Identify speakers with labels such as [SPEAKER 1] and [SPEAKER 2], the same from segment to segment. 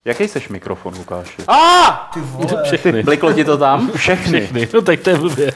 [SPEAKER 1] Jaký seš mikrofon, Lukáši?
[SPEAKER 2] Ty vole.
[SPEAKER 3] Všechny.
[SPEAKER 2] Bliklo ti to tam?
[SPEAKER 1] Všechny.
[SPEAKER 3] No tak to je blbě.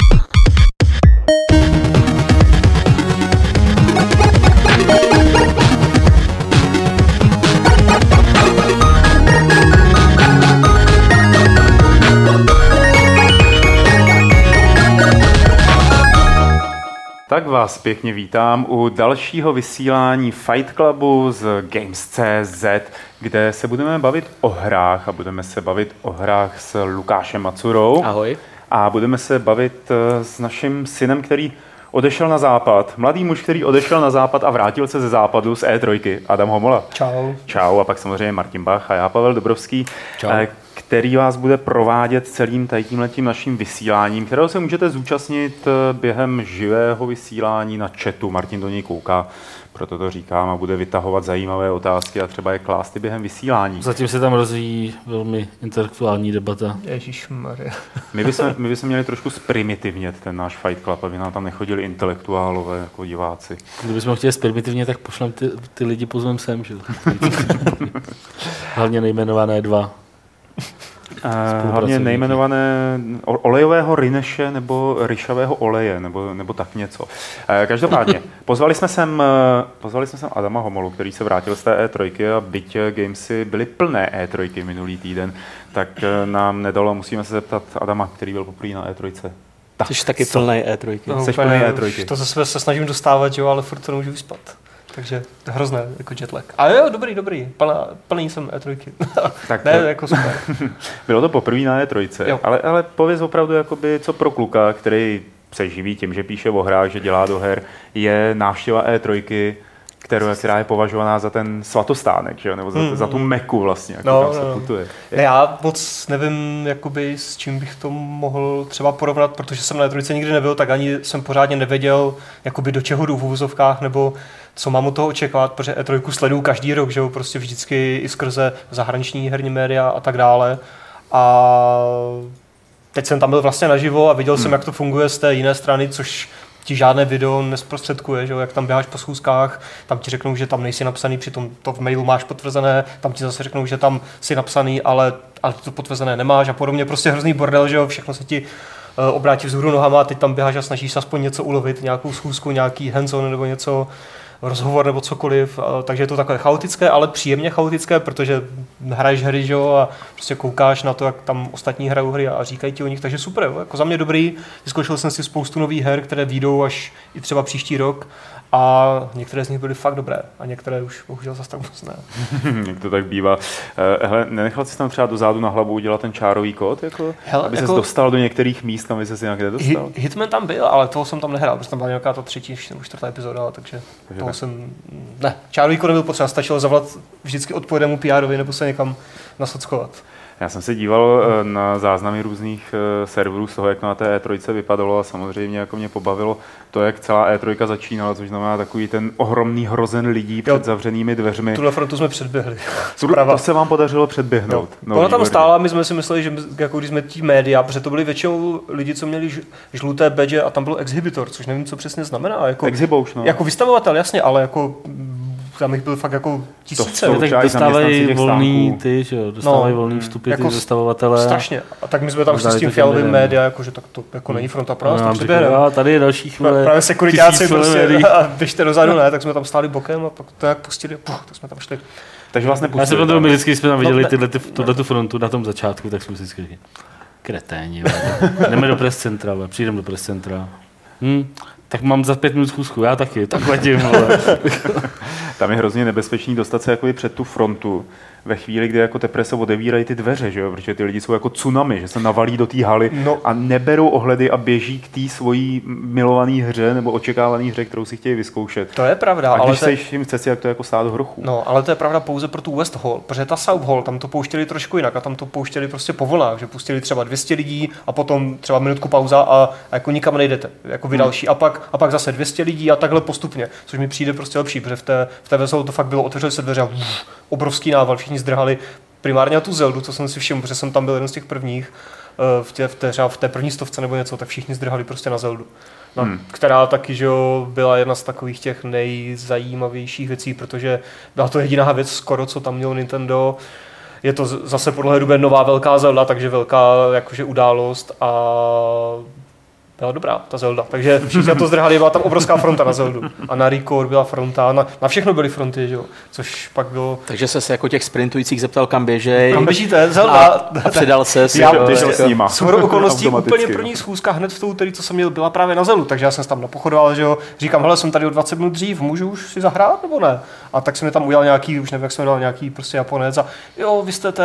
[SPEAKER 1] Tak vás pěkně vítám u dalšího vysílání Fight Clubu z Games.cz, kde se budeme bavit o hrách a budeme se bavit o hrách s Lukášem Macurou.
[SPEAKER 2] Ahoj.
[SPEAKER 1] A budeme se bavit s naším synem, který odešel na západ. Mladý muž, který odešel na západ a vrátil se ze západu z E3. Adam Homola.
[SPEAKER 2] Čau.
[SPEAKER 1] Čau. A pak samozřejmě Martin Bach a já, Pavel Dobrovský.
[SPEAKER 2] Čau.
[SPEAKER 1] Který vás bude provádět celým tímhletím naším vysíláním, kterého se můžete zúčastnit během živého vysílání na chatu. Martin do něj kouká, proto to říkám, a bude vytahovat zajímavé otázky a třeba je klást i během vysílání.
[SPEAKER 3] Zatím se tam rozvíjí velmi intelektuální debata.
[SPEAKER 2] Ježišmarja.
[SPEAKER 1] My bychom měli trošku zprimitivnět ten náš Fight Club, aby nám tam nechodili intelektuálové jako diváci.
[SPEAKER 3] Kdybychom chtěli zprimitivně, tak pošlem ty lidi pozvem sem. Že? Hlavně nejmenované dva.
[SPEAKER 1] Hlavně nejmenované olejového ryneše nebo ryšavého oleje, nebo tak něco. Každopádně, pozvali jsme sem Adama Homolu, který se vrátil z té E3 a byť gamesy byly plné E3 minulý týden, tak nám nedalo, musíme se zeptat Adama, který byl poprvé na E3.
[SPEAKER 2] Jsi taky plnej E3.
[SPEAKER 1] No, Jsi plnej E3.
[SPEAKER 4] To se snažím dostávat, jo, ale furt to nemůžu vyspat. Takže hrozné, jako jetlag. A jo, dobrý. Plný jsem E3.
[SPEAKER 1] Tak
[SPEAKER 4] ne, jako super.
[SPEAKER 1] Bylo to poprvé na E3, ale pověz opravdu, jakoby, co pro kluka, který se živí tím, že píše o hrách, že dělá do her, je návštěva E3, která je považovaná za ten svatostánek, že? Nebo za tu Meku vlastně, jak tam se putuje.
[SPEAKER 4] Ne, já moc nevím, jakoby, s čím bych to mohl třeba porovnat, protože jsem na E3 nikdy nebyl, tak ani jsem pořádně nevěděl, jakoby, do čeho jdu v uvozovkách, nebo co mám od toho očekávat, protože E3 sleduju každý rok, že jo, prostě vždycky i skrze zahraniční herní média a tak dále. A teď jsem tam byl vlastně naživo a viděl jsem, jak to funguje z té jiné strany, což ti žádné video nesprostředkuje, že jo, jak tam běháš po schůzkách, tam ti řeknou, že tam nejsi napsaný, přitom to v mailu máš potvrzené, tam ti zase řeknou, že tam jsi napsaný, ale to potvrzené nemáš a podobně, prostě hrozný bordel, že jo, všechno se ti obrátí vzhůru nohama a teď tam běháš a snažíš se aspoň něco ulovit, nějakou schůzku, nějaký hands-on nebo něco, rozhovor nebo cokoliv, takže je to takové chaotické, ale příjemně chaotické, protože hraješ hry, že jo, a prostě koukáš na to, jak tam ostatní hrajou hry a říkají ti o nich, takže super, jo, jako za mě dobrý, vyzkoušel jsem si spoustu nových her, které vyjdou až i třeba příští rok a některé z nich byly fakt dobré a některé už bohužel zase tak moc ne.
[SPEAKER 1] Jak to tak bývá. Hele, nenechal jsi tam třeba dozadu na hlavu udělat ten čárový kód, jako, aby ses dostal do některých míst, kam by ses nějak nedostal?
[SPEAKER 4] Hitman tam byl, ale toho jsem tam nehrál, protože tam byla nějaká ta 3. nebo 4. epizoda, takže toho jsem... Ne, čárový kód nebyl potřeba, stačilo zavolat vždycky odpovědnému PR-ovi nebo se někam nasockovat.
[SPEAKER 1] Já jsem se díval na záznamy různých serverů z toho, jak to na té E3 vypadalo a samozřejmě jako mě pobavilo to, jak celá E3 začínala, což znamená takový ten ohromný hrozen lidí před zavřenými dveřmi.
[SPEAKER 4] Tuhle frontu jsme předběhli.
[SPEAKER 1] To se vám podařilo předběhnout.
[SPEAKER 4] No, ona tam stála, my jsme si mysleli, že jako když jsme tí média, protože to byli většinou lidi, co měli žluté badge a tam byl exhibitor, což nevím, co přesně znamená. Jako, jako vystavovatel, jasně, ale jako tam jich byl fakt jako tisíce.
[SPEAKER 3] Tak dostávají volný ty, že jo, dostávají volný vstupy jako ty zastavovatelé.
[SPEAKER 4] Strašně. A tak my jsme tam šli s tím fialovým média, jakože tak to jako není fronta pro nás, to předběhneme.
[SPEAKER 3] A tady je další chvíle.
[SPEAKER 4] Právě sekuritáci prostě a běžte dozadu, ne, tak jsme tam stáli bokem a pak to jak pustili, tak jsme tam šli.
[SPEAKER 1] Takže vlastně pustili.
[SPEAKER 3] Já jsem potom vždycky, když jsme tam viděli tuhletu frontu na tom začátku, tak jsme si říkali, kreténi, jdeme do press centra, přijdeme do press centra. Tak mám za 5 minut schůzku, já taky, tak letím.
[SPEAKER 1] Tam je hrozně nebezpečný dostat se jako před tu frontu ve chvíli, kdy jako teprve se odevírají ty dveře, že jo? Protože ty lidi jsou jako tsunami, že se navalí do té haly a neberou ohledy a běží k té svojí milované hře nebo očekávané hře, kterou si chtějí vyzkoušet.
[SPEAKER 4] To je pravda.
[SPEAKER 1] A když se jim chce si, jak to jako stát hrochu.
[SPEAKER 4] No, ale to je pravda pouze pro tu West Hall, protože ta South Hall, tam to pouštěli trošku jinak a tam to pouštěli prostě po vlnách, že pustili třeba 200 lidí a potom třeba minutku pauza a jako nikam nejdete, jako vy další a pak zase 200 lidí a takhle postupně, což mi přijde prostě lepší, protože v té West Hall to fakt bylo, otevřeli se dveře a obrovský nával, všichni zdrhali primárně na tu Zeldu, co jsem si všiml, protože jsem tam byl jeden z těch prvních, v té první stovce nebo něco, tak všichni zdrhali prostě na Zeldu. Která taky, že jo, byla jedna z takových těch nejzajímavějších věcí, protože byla to jediná věc skoro, co tam mělo Nintendo. je to zase podle době nová velká Zelda, takže velká jakože událost a byla dobrá ta Zelda, takže všichni to zdrhali, byla tam obrovská fronta na Zeldu a na Record byla fronta, na všechno byly fronty, že jo, což pak bylo...
[SPEAKER 2] Takže se jako těch sprintujících zeptal, kam běžej.
[SPEAKER 4] Kam běžíte, Zelda?
[SPEAKER 2] A přidal se.
[SPEAKER 1] Já s nima.
[SPEAKER 4] Shodou okolností úplně
[SPEAKER 1] Automaticky,
[SPEAKER 4] první schůzka hned v tou, co jsem měl, byla právě na Zeldu, takže já jsem tam napochodoval, že jo, říkám, hele, jsem tady o 20 minut dřív, můžu už si zahrát nebo ne? A tak jsem mi tam udělal nějaký, už nevím, jak jsem dal nějaký prostě Japonec a jo, vy jste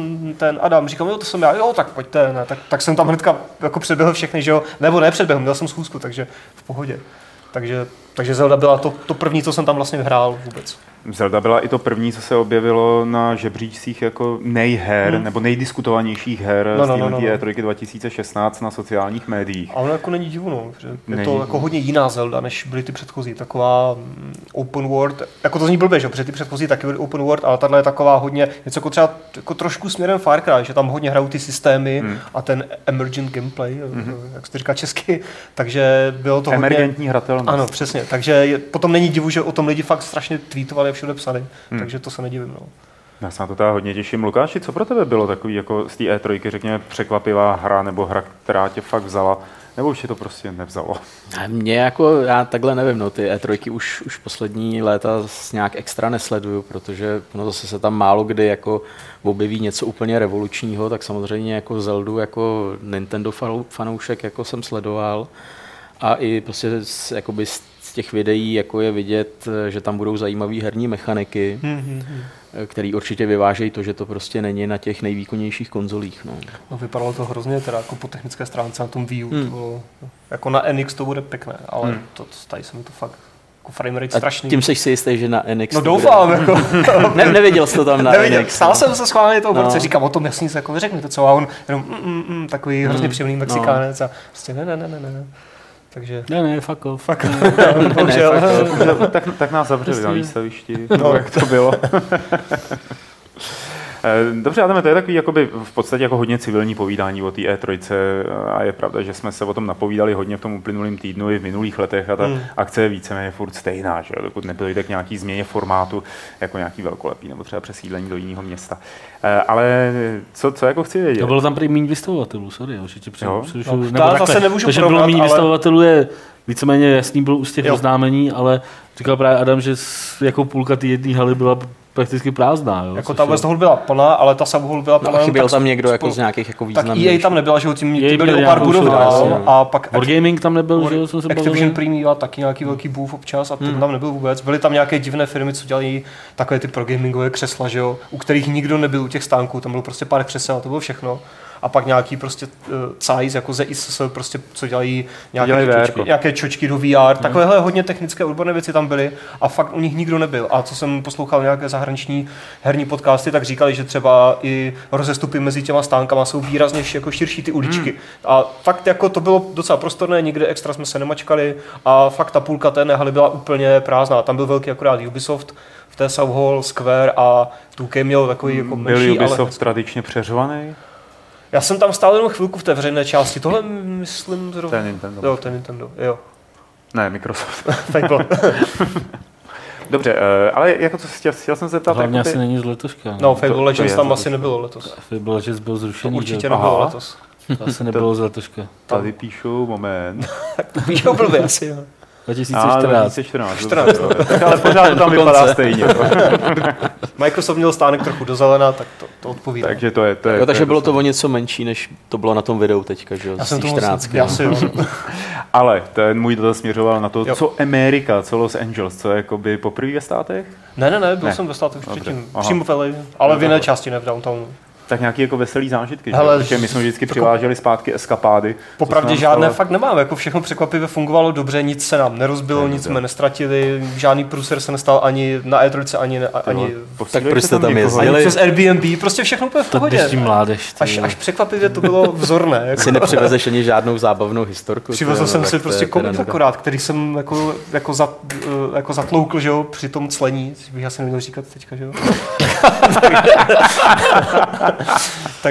[SPEAKER 4] ten Adam, říkám, jo, to jsem já, jo, tak pojďte, ne, tak jsem tam hnedka jako předběhl všechny, že jo, nebo ne předběhl, měl jsem schůzku, takže v pohodě. Takže Zelda byla to první, co jsem tam vlastně hrál vůbec.
[SPEAKER 1] Zelda byla i to první, co se objevilo na žebříčcích jako nejher, nebo nejdiskutovanějších her z E3 2016 na sociálních médiích.
[SPEAKER 4] A ono jako není divno, že je to jako hodně jiná Zelda, než byly ty předchozí. Taková open world, jako to zní blbě, že? Protože ty předchozí taky byly open world, ale tahle je taková hodně, něco jako třeba jako trošku směrem Far Cry, že tam hodně hrajou ty systémy a ten emergent gameplay, jak se to říká česky, takže bylo to
[SPEAKER 1] emergentní hratelnost.
[SPEAKER 4] Ano, přesně, takže potom není divu, že o tom lidi fakt strašně tweetovali a všude psali, takže to se nedivím. No.
[SPEAKER 1] Já se na to teda hodně těším. Lukáši, co pro tebe bylo takový jako z té E3, řekněme, překvapivá hra nebo hra, která tě fakt vzala, nebo už tě to prostě nevzalo?
[SPEAKER 2] Mě jako, já takhle nevím, no, ty E3 už poslední léta nějak extra nesleduju, protože no, zase se tam málo kdy jako objeví něco úplně revolučního, tak samozřejmě jako Zeldu, jako Nintendo fanoušek jako jsem sledoval a i prostě jakoby z těch videí jako je vidět, že tam budou zajímavé herní mechaniky, který určitě vyvážejí to, že to prostě není na těch nejvýkonnějších konzolích.
[SPEAKER 4] No vypadalo to hrozně teda jako po technické stránce na tom Wii U, to bylo, jako na NX to bude pěkné, ale tady se mi to fakt jako framerate strašný.
[SPEAKER 2] Tím seš si jistý, že na NX
[SPEAKER 4] no doufám,
[SPEAKER 2] bude...
[SPEAKER 4] jako.
[SPEAKER 2] Neviděl jsi to tam na NX.
[SPEAKER 4] Stál jsem se schválně toho borce, říkám o tom jasně se jako vyřekněte co a on jenom takový hrozně příjemný Mexikánec a prostě ne. Takže...
[SPEAKER 3] Ne, fuck off.
[SPEAKER 1] Tak nás zavřeli na výstavišti, jak to bylo. Dobře, Adame, to je takový jakoby, v podstatě jako hodně civilní povídání o té E3 a je pravda, že jsme se o tom napovídali hodně v tom uplynulém týdnu i v minulých letech a ta akce je víceméně furt stejná, že? Dokud nedojde k nějaký změně formátu, jako nějaký velkolepý nebo třeba přesídlení do jiného města. Ale co jako chci vědět?
[SPEAKER 3] To bylo tam prý méně vystavovatelů, sorry, určitě přerušuju.
[SPEAKER 4] Zase nemůžu
[SPEAKER 3] to, že bylo méně vystavovatelů je víceméně jasný, byl už z těch oznámení, ale říkal právě Adam, že jako půlka té jedné haly byla prakticky prázdná. Jo,
[SPEAKER 4] jako ta West Hall byla plná, ale ta Sub Hall byla plná.
[SPEAKER 2] No, chyběl tam někdo jako z nějakých jako významných.
[SPEAKER 4] Tak EA tam nebyla, že tím byli o pár budov dál a pak
[SPEAKER 3] Wargaming tam nebyl, že jsem se bavil.
[SPEAKER 4] Activision Premium taky nějaký velký booth občas a ten tam nebyl vůbec. Byly tam nějaké divné firmy, co dělají takové ty pro gamingové křesla, že jo, u kterých nikdo nebyl u těch stánků, tam bylo prostě pár křesel a to bylo všechno. A pak nějaký prostě CAIS, jako ZISS, prostě, co dělají nějaké čočky do VR. Takovéhle hodně technické odborné věci tam byly a fakt u nich nikdo nebyl. A co jsem poslouchal nějaké zahraniční herní podcasty, tak říkali, že třeba i rozestupy mezi těma stánkama jsou výrazně jako širší ty uličky. A fakt jako to bylo docela prostorné, nikde extra jsme se nemačkali a fakt ta půlka té haly byla úplně prázdná. Tam byl velký akorát Ubisoft, v té South Hall, Square a 2K měl takový jako menší,
[SPEAKER 1] byl Ubisoft tradičně přeřvaný?
[SPEAKER 4] Já jsem tam stál jenom chvilku v té veřejné části. Tohle myslím zrovna...
[SPEAKER 1] To je Nintendo.
[SPEAKER 4] Jo, to je Nintendo, jo.
[SPEAKER 1] Ne, Microsoft.
[SPEAKER 4] Fable.
[SPEAKER 1] Dobře, ale jako co chtěl jsem se zeptat...
[SPEAKER 3] Hlavně asi není z letoška.
[SPEAKER 4] No, Fable Legends tam asi nebylo letos.
[SPEAKER 3] Fable Legends byl zrušený.
[SPEAKER 4] To určitě nebylo letos.
[SPEAKER 3] To asi nebylo z letoška.
[SPEAKER 1] Tady píšu, moment.
[SPEAKER 4] Píšou blbě asi, jo.
[SPEAKER 3] 2014.
[SPEAKER 1] Ale pořád to tam vypadá stejně.
[SPEAKER 4] Microsoft měl stánek trochu do zelena, tak to odpovídá.
[SPEAKER 1] Takže to je
[SPEAKER 2] jo, takže bylo to o něco menší, než to bylo na tom videu teďka, že jo, z 14.
[SPEAKER 1] Ale ten můj dotaz směřoval na to, co Amerika, co Los Angeles, co je jakoby poprvé ve státech?
[SPEAKER 4] Ne, byl jsem ve státech už předtím. Přímo v LA, ale v jiné části, ne v downtownu.
[SPEAKER 1] Tak nějaký jako veselý zážitky, protože my jsme vždycky přiváželi zpátky eskapády.
[SPEAKER 4] Popravdě žádné fakt nemám, jako všechno překvapivě fungovalo dobře, nic se nám nerozbilo, nic jsme nestratili, žádný průser se nestal ani na E3, ani
[SPEAKER 2] tak proč jste tam jezdili?
[SPEAKER 4] Přes Airbnb, prostě všechno úplně v pohodě.
[SPEAKER 3] Mládež.
[SPEAKER 4] Až překvapivě to bylo vzorné. Jako.
[SPEAKER 2] Si nepřivezeš ani žádnou zábavnou historku.
[SPEAKER 4] Přivezl jsem si prostě komiks akorát, který jsem jako zatloukl, že jo, při tom clení, což bych asi neměl říkat teďka, že jo.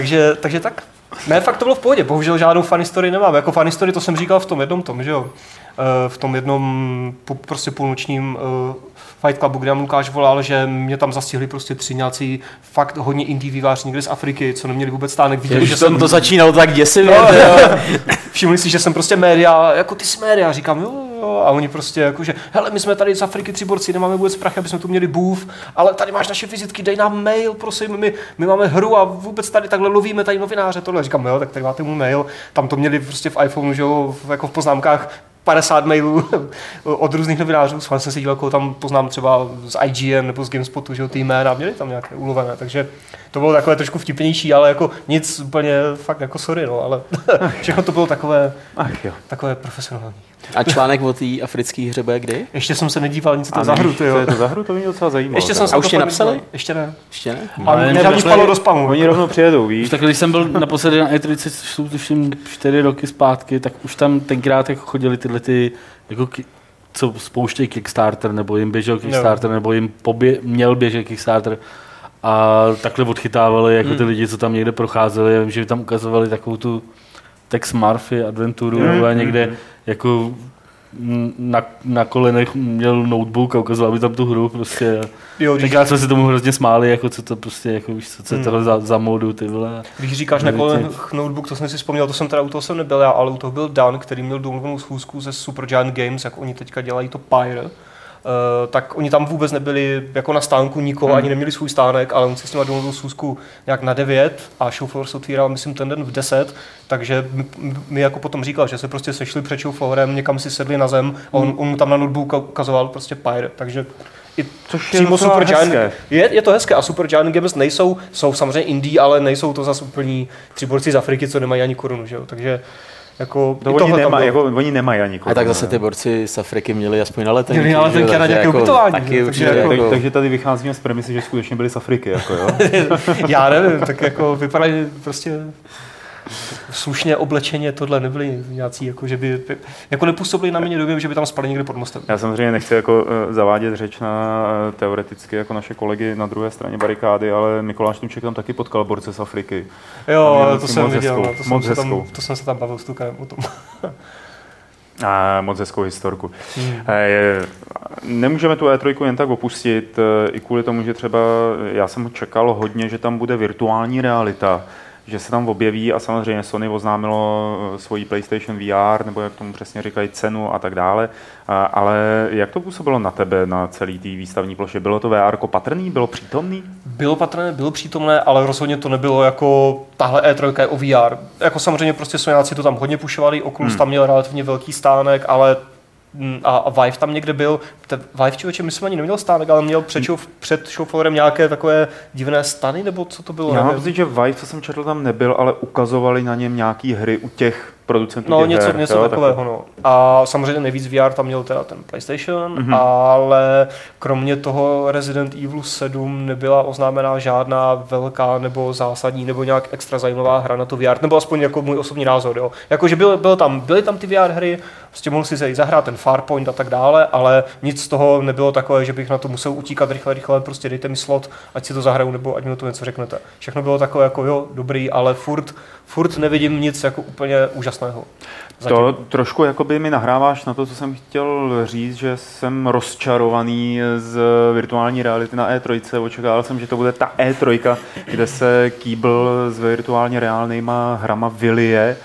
[SPEAKER 4] takže tak. Ne, fakt to bylo v pohodě, bohužel žádnou funny story nemám. Jako funny story to jsem říkal v tom jednom tom, že jo. v tom jednom prostě půlnočním Fight Clubu, kde nám Lukáš volal, že mě tam zastihli prostě 3 nějací fakt hodně indie výváři někde z Afriky, co neměli vůbec stánek. Viděli,
[SPEAKER 2] že jsem to začínalo tak děsivě.
[SPEAKER 4] Všimli si, že jsem prostě média, jako ty jsi média, říkám jo, a oni prostě jako, že hele, my jsme tady z Afriky 3 borci, nemáme vůbec prachy, aby jsme tu měli bův, ale tady máš naše vizitky, dej nám mail, prosím, my máme hru a vůbec tady takhle lovíme tady novináře, tohle. Říkám, jo, tak tady máte můj mail, tam to měli prostě v iPhoneu, že jo, jako v poznámkách 50 mailů od různých novinářů, s jsem si díval, koho tam poznám třeba z IGN nebo z GameSpotu, že jo, ty jména, měli tam nějaké ulovené, takže to bylo takové trošku vtipnější, ale jako nic úplně fakt jako sorry, no, ale všechno to bylo takové profesionální.
[SPEAKER 2] A článek o té africké hře bude kdy?
[SPEAKER 4] Ještě jsem se nedíval, nic to za hru,
[SPEAKER 1] to je to za hru, to mě docela zajímalo.
[SPEAKER 4] Ještě jsem
[SPEAKER 2] a už tě napsali?
[SPEAKER 4] Ještě ne.
[SPEAKER 2] Ještě ne?
[SPEAKER 4] Ale mě spadlo do spamu.
[SPEAKER 1] Oni rovnou přijedou, víš?
[SPEAKER 3] Tak když jsem byl naposledy na E3, jsou tuším 4 roky zpátky, tak už tam tenkrát jako chodili tyhle ty, jako co spouštějí Kickstarter, nebo jim běžel Kickstarter, nebo jim měl běžet Kickstarter. A takhle odchytávali jako ty lidi, co tam někde procházeli. Já vím, že tam ukazovali takovou tu Tex Murphy adventuru a někde jako na kolenech měl notebook a ukazoval mi tam tu hru prostě. Tenkrát jsme se tomu hrozně smáli, jako co to prostě, jako víš, co je tohle za modu, ty vole.
[SPEAKER 4] Když říkáš na kolenech notebook, to jsem si vzpomněl, to jsem teda u toho jsem nebyl já, ale u toho byl Dan, který měl domluvenou schůzku ze Supergiant Games, jak oni teďka dělají to Pyre. Tak oni tam vůbec nebyli jako na stánku nikoho, ani neměli svůj stánek, ale on si s nimi domluvil schůzku nějak na 9 a show floor se otvíral, myslím, ten den v 10, takže mi jako potom říkal, že se prostě sešli před show floorem, někam si sedli na zem a on mu tam na notebook ukazoval prostě Pyre, takže i přímo Supergiant je to hezké a Supergiant Games jsou samozřejmě indie, ale nejsou to zase úplní 3 borci z Afriky, co nemají ani korunu, že jo, takže jako
[SPEAKER 1] oni nemají ani korunu.
[SPEAKER 2] A tak zase ty borci z Afriky měli aspoň na letenky.
[SPEAKER 4] Měli na letenky a na nějaké ubytování.
[SPEAKER 1] Takže tady vycházíme z premisy, že skutečně byli z Afriky. Jako, jo?
[SPEAKER 4] Já nevím, tak jako vypadají prostě slušně oblečeně, tohle nebyli nějací, jako že by jako nepůsobili na mě době, že by tam spali někde pod mostem.
[SPEAKER 1] Já samozřejmě nechci jako zavádět řeč na teoreticky jako naše kolegy na druhé straně barikády, ale Mikuláš Tuček tam taky potkal borce z Afriky.
[SPEAKER 4] Jo, to jsem viděl,
[SPEAKER 1] to
[SPEAKER 4] jsem se tam bavil s Tukem o tom.
[SPEAKER 1] A moc hezkou historku. Nemůžeme tu E3 jen tak opustit, i kvůli tomu, že třeba já jsem čekal hodně, že tam bude virtuální realita, že se tam objeví a samozřejmě Sony oznámilo svoji PlayStation VR, nebo jak tomu přesně říkají, cenu a tak dále, ale jak to působilo na tebe, na celý té výstavní ploše? Bylo to VR patrný, bylo přítomný?
[SPEAKER 4] Bylo patrné, bylo přítomné, ale rozhodně to nebylo jako tahle E3 je o VR. Jako samozřejmě prostě Soňáci to tam hodně pušovali, Oculus tam měl relativně velký stánek, ale a Vive tam někde byl. Vive, člověče, myslím, ani neměl stánek, ale měl před show floorem nějaké takové divné stany, nebo co to bylo?
[SPEAKER 1] Já mám pocit, že Vive, co jsem četl, tam nebyl, ale ukazovali na něm nějaký hry u těch producentů.
[SPEAKER 4] No, něco takového, no. A samozřejmě nejvíc VR tam měl teda ten PlayStation, ale kromě toho Resident Evil 7 nebyla oznámená žádná velká nebo zásadní nebo nějak extra zajímavá hra na to VR, nebo aspoň jako můj osobní názor, jo. Jakože byly tam ty VR hry, prostě mohl si zahrát ten Farpoint a tak dále, ale nic z toho nebylo takové, že bych na to musel utíkat rychle, prostě dejte mi slot, ať si to zahraju, nebo ať mi to něco řeknete. Všechno bylo takové jako jo, dobrý, ale furt nevidím nic jako úplně úžasného.
[SPEAKER 1] To trošku jakoby mi nahráváš na to, co jsem chtěl říct, že jsem rozčarovaný z virtuální reality na E3. Očekával jsem, že to bude ta E3, kde se kýbl s virtuálně reálnýma hrama vylije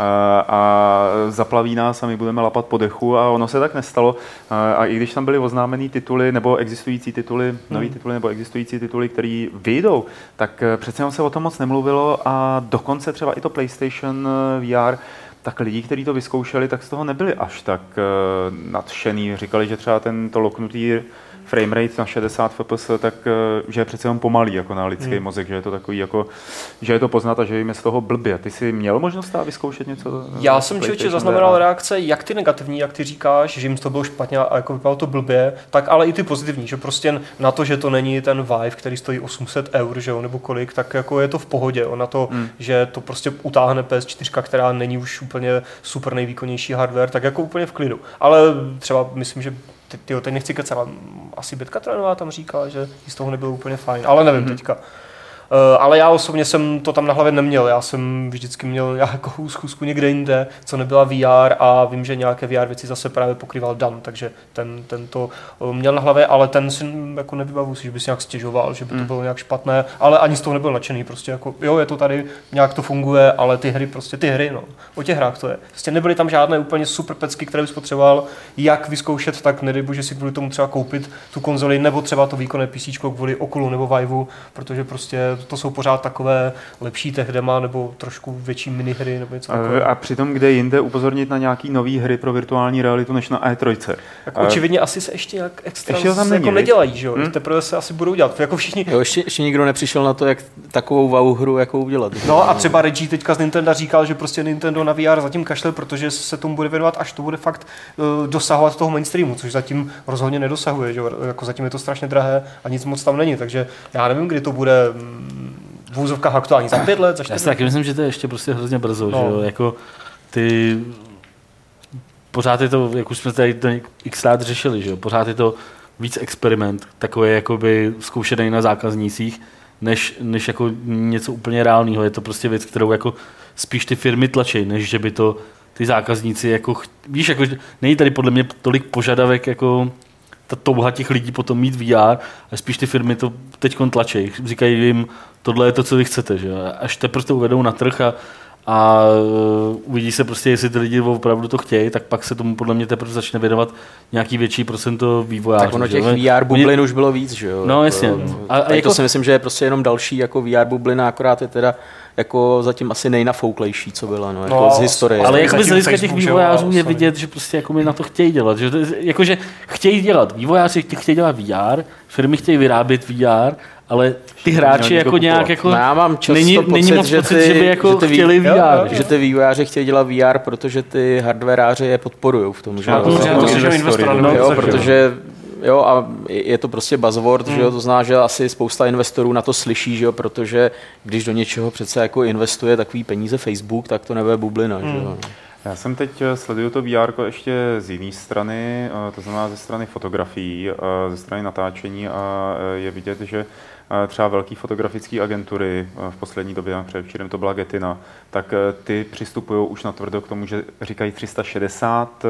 [SPEAKER 1] a zaplaví nás a my budeme lapat po dechu a ono se tak nestalo. A i když tam byly oznámený tituly nebo existující tituly, nový tituly nebo existující tituly, které vyjdou, tak přece se o tom moc nemluvilo a dokonce třeba i to PlayStation VR, tak lidi, kteří to vyzkoušeli, tak z toho nebyli až tak nadšený. Říkali, že třeba to loknutý framerate na 60 fps, tak že je přece jen pomalý jako na lidský mozek, že je to takový jako, že je to poznat a že jim je z toho blbě. Ty jsi měl možnost vyzkoušet něco?
[SPEAKER 4] Já jsem člověče zaznamenal reakce, jak ty negativní, jak ty říkáš, že jim to bylo špatně a jako vypadalo to blbě, tak ale i ty pozitivní, že prostě na to, že to není ten Vive, který stojí 800 €, že jo, nebo kolik, tak jako je to v pohodě, na to, že to prostě utáhne PS4, která není už úplně super nejvýkonnější hardware, tak jako úplně v klidu. Ale třeba myslím, že teď nechci kecat, asi Bětka Trénová tam říkala, že z toho nebylo úplně fajn, ale nevím teďka. Ale já osobně jsem to tam na hlavě neměl, já jsem vždycky měl nějakou schůzku někde jinde, co nebyla VR a vím, že nějaké VR věci zase právě pokrýval Dan, takže ten to měl na hlavě, ale ten si jako nevybavu si, že by si nějak stěžoval, že by to bylo nějak špatné, ale ani z toho nebyl nadšený, prostě jako jo, je to tady, nějak to funguje, ale ty hry, no, o těch hrách to je. Prostě nebyly tam žádné úplně super pecky, které bys potřeboval jak vyzkoušet, tak nedej bože si kvůli tomu třeba koupit tu konzoli, nebo třeba to výkonné PC kvůli Oculu nebo Viveu, protože prostě to jsou pořád takové lepší tehdema nebo trošku větší minihry nebo něco takového.
[SPEAKER 1] A přitom kde jinde upozornit na nějaký nový hry pro virtuální realitu než na E3.
[SPEAKER 4] Tak očividně asi se ještě jak extra
[SPEAKER 1] ještě tam
[SPEAKER 4] jako nedělají, že jo? Teprve se asi budou dělat. Jako všichni.
[SPEAKER 2] Jo, ještě nikdo nepřišel na to, jak takovou wow hru jako udělat.
[SPEAKER 4] No a třeba Reggie teďka z Nintendo říkal, že prostě Nintendo na VR zatím kašle, protože se tomu bude věnovat, až to bude fakt dosahovat toho mainstreamu, což zatím rozhodně nedosahuje, že jo? Jako zatím je to strašně drahé a nic moc tam není, takže já nevím, kdy to bude v úzovkách aktuální, za 5 let, za 4 let.
[SPEAKER 3] Já si taky myslím, že to je ještě prostě hrozně brzo, že jo, jako ty pořád je to, jak už jsme tady x let řešili, že jo, pořád je to víc experiment, takové jakoby zkoušený na zákaznících, než jako něco úplně reálného. Je to prostě věc, kterou jako spíš ty firmy tlačí, než že by to ty zákazníci jako, víš, jako není tady podle mě tolik požadavek jako ta touha těch lidí potom mít VR, a spíš ty firmy to teďkon tlačí. Říkají jim, tohle je to, co vy chcete, že? Až teprve to uvedou na trh a uvidí se prostě, jestli ty lidi opravdu to chtějí, tak pak se tomu podle mě teprve začne věnovat nějaký větší procento vývojářů.
[SPEAKER 2] Tak ono těch VR bublin už bylo víc, že jo?
[SPEAKER 3] No jasně.
[SPEAKER 2] A jako to si myslím, že je prostě jenom další jako VR bublina, akorát je teda jako zatím asi nejnafouklejší, co byla, no, jako z historie.
[SPEAKER 3] Ale jako z hlediska těch vývojářů je vidět, že prostě jako mi na to chtějí dělat, že jakože chtějí dělat, vývojáři chtějí dělat VR, firmy chtějí vyrábět VR, ale ty hráči jako nějak jako...
[SPEAKER 2] No já mám často
[SPEAKER 3] není moc pocit, že by jako chtěli VR.
[SPEAKER 2] Že ty vývojáři chtějí dělat VR, protože ty hardwareáři je podporujou v tom, že protože jo, a je to prostě buzzword, že jo, to znamená, že asi spousta investorů na to slyší, že jo, protože když do něčeho přece jako investuje takový peníze Facebook, tak to nebude bublina, že jo.
[SPEAKER 1] Já jsem teď sleduju to VR ještě z jiné strany, to znamená ze strany fotografií, ze strany natáčení a je vidět, že třeba velké fotografické agentury v poslední době, předevčírem to byla Getina, tak ty přistupují už natvrdo k tomu, že říkají 360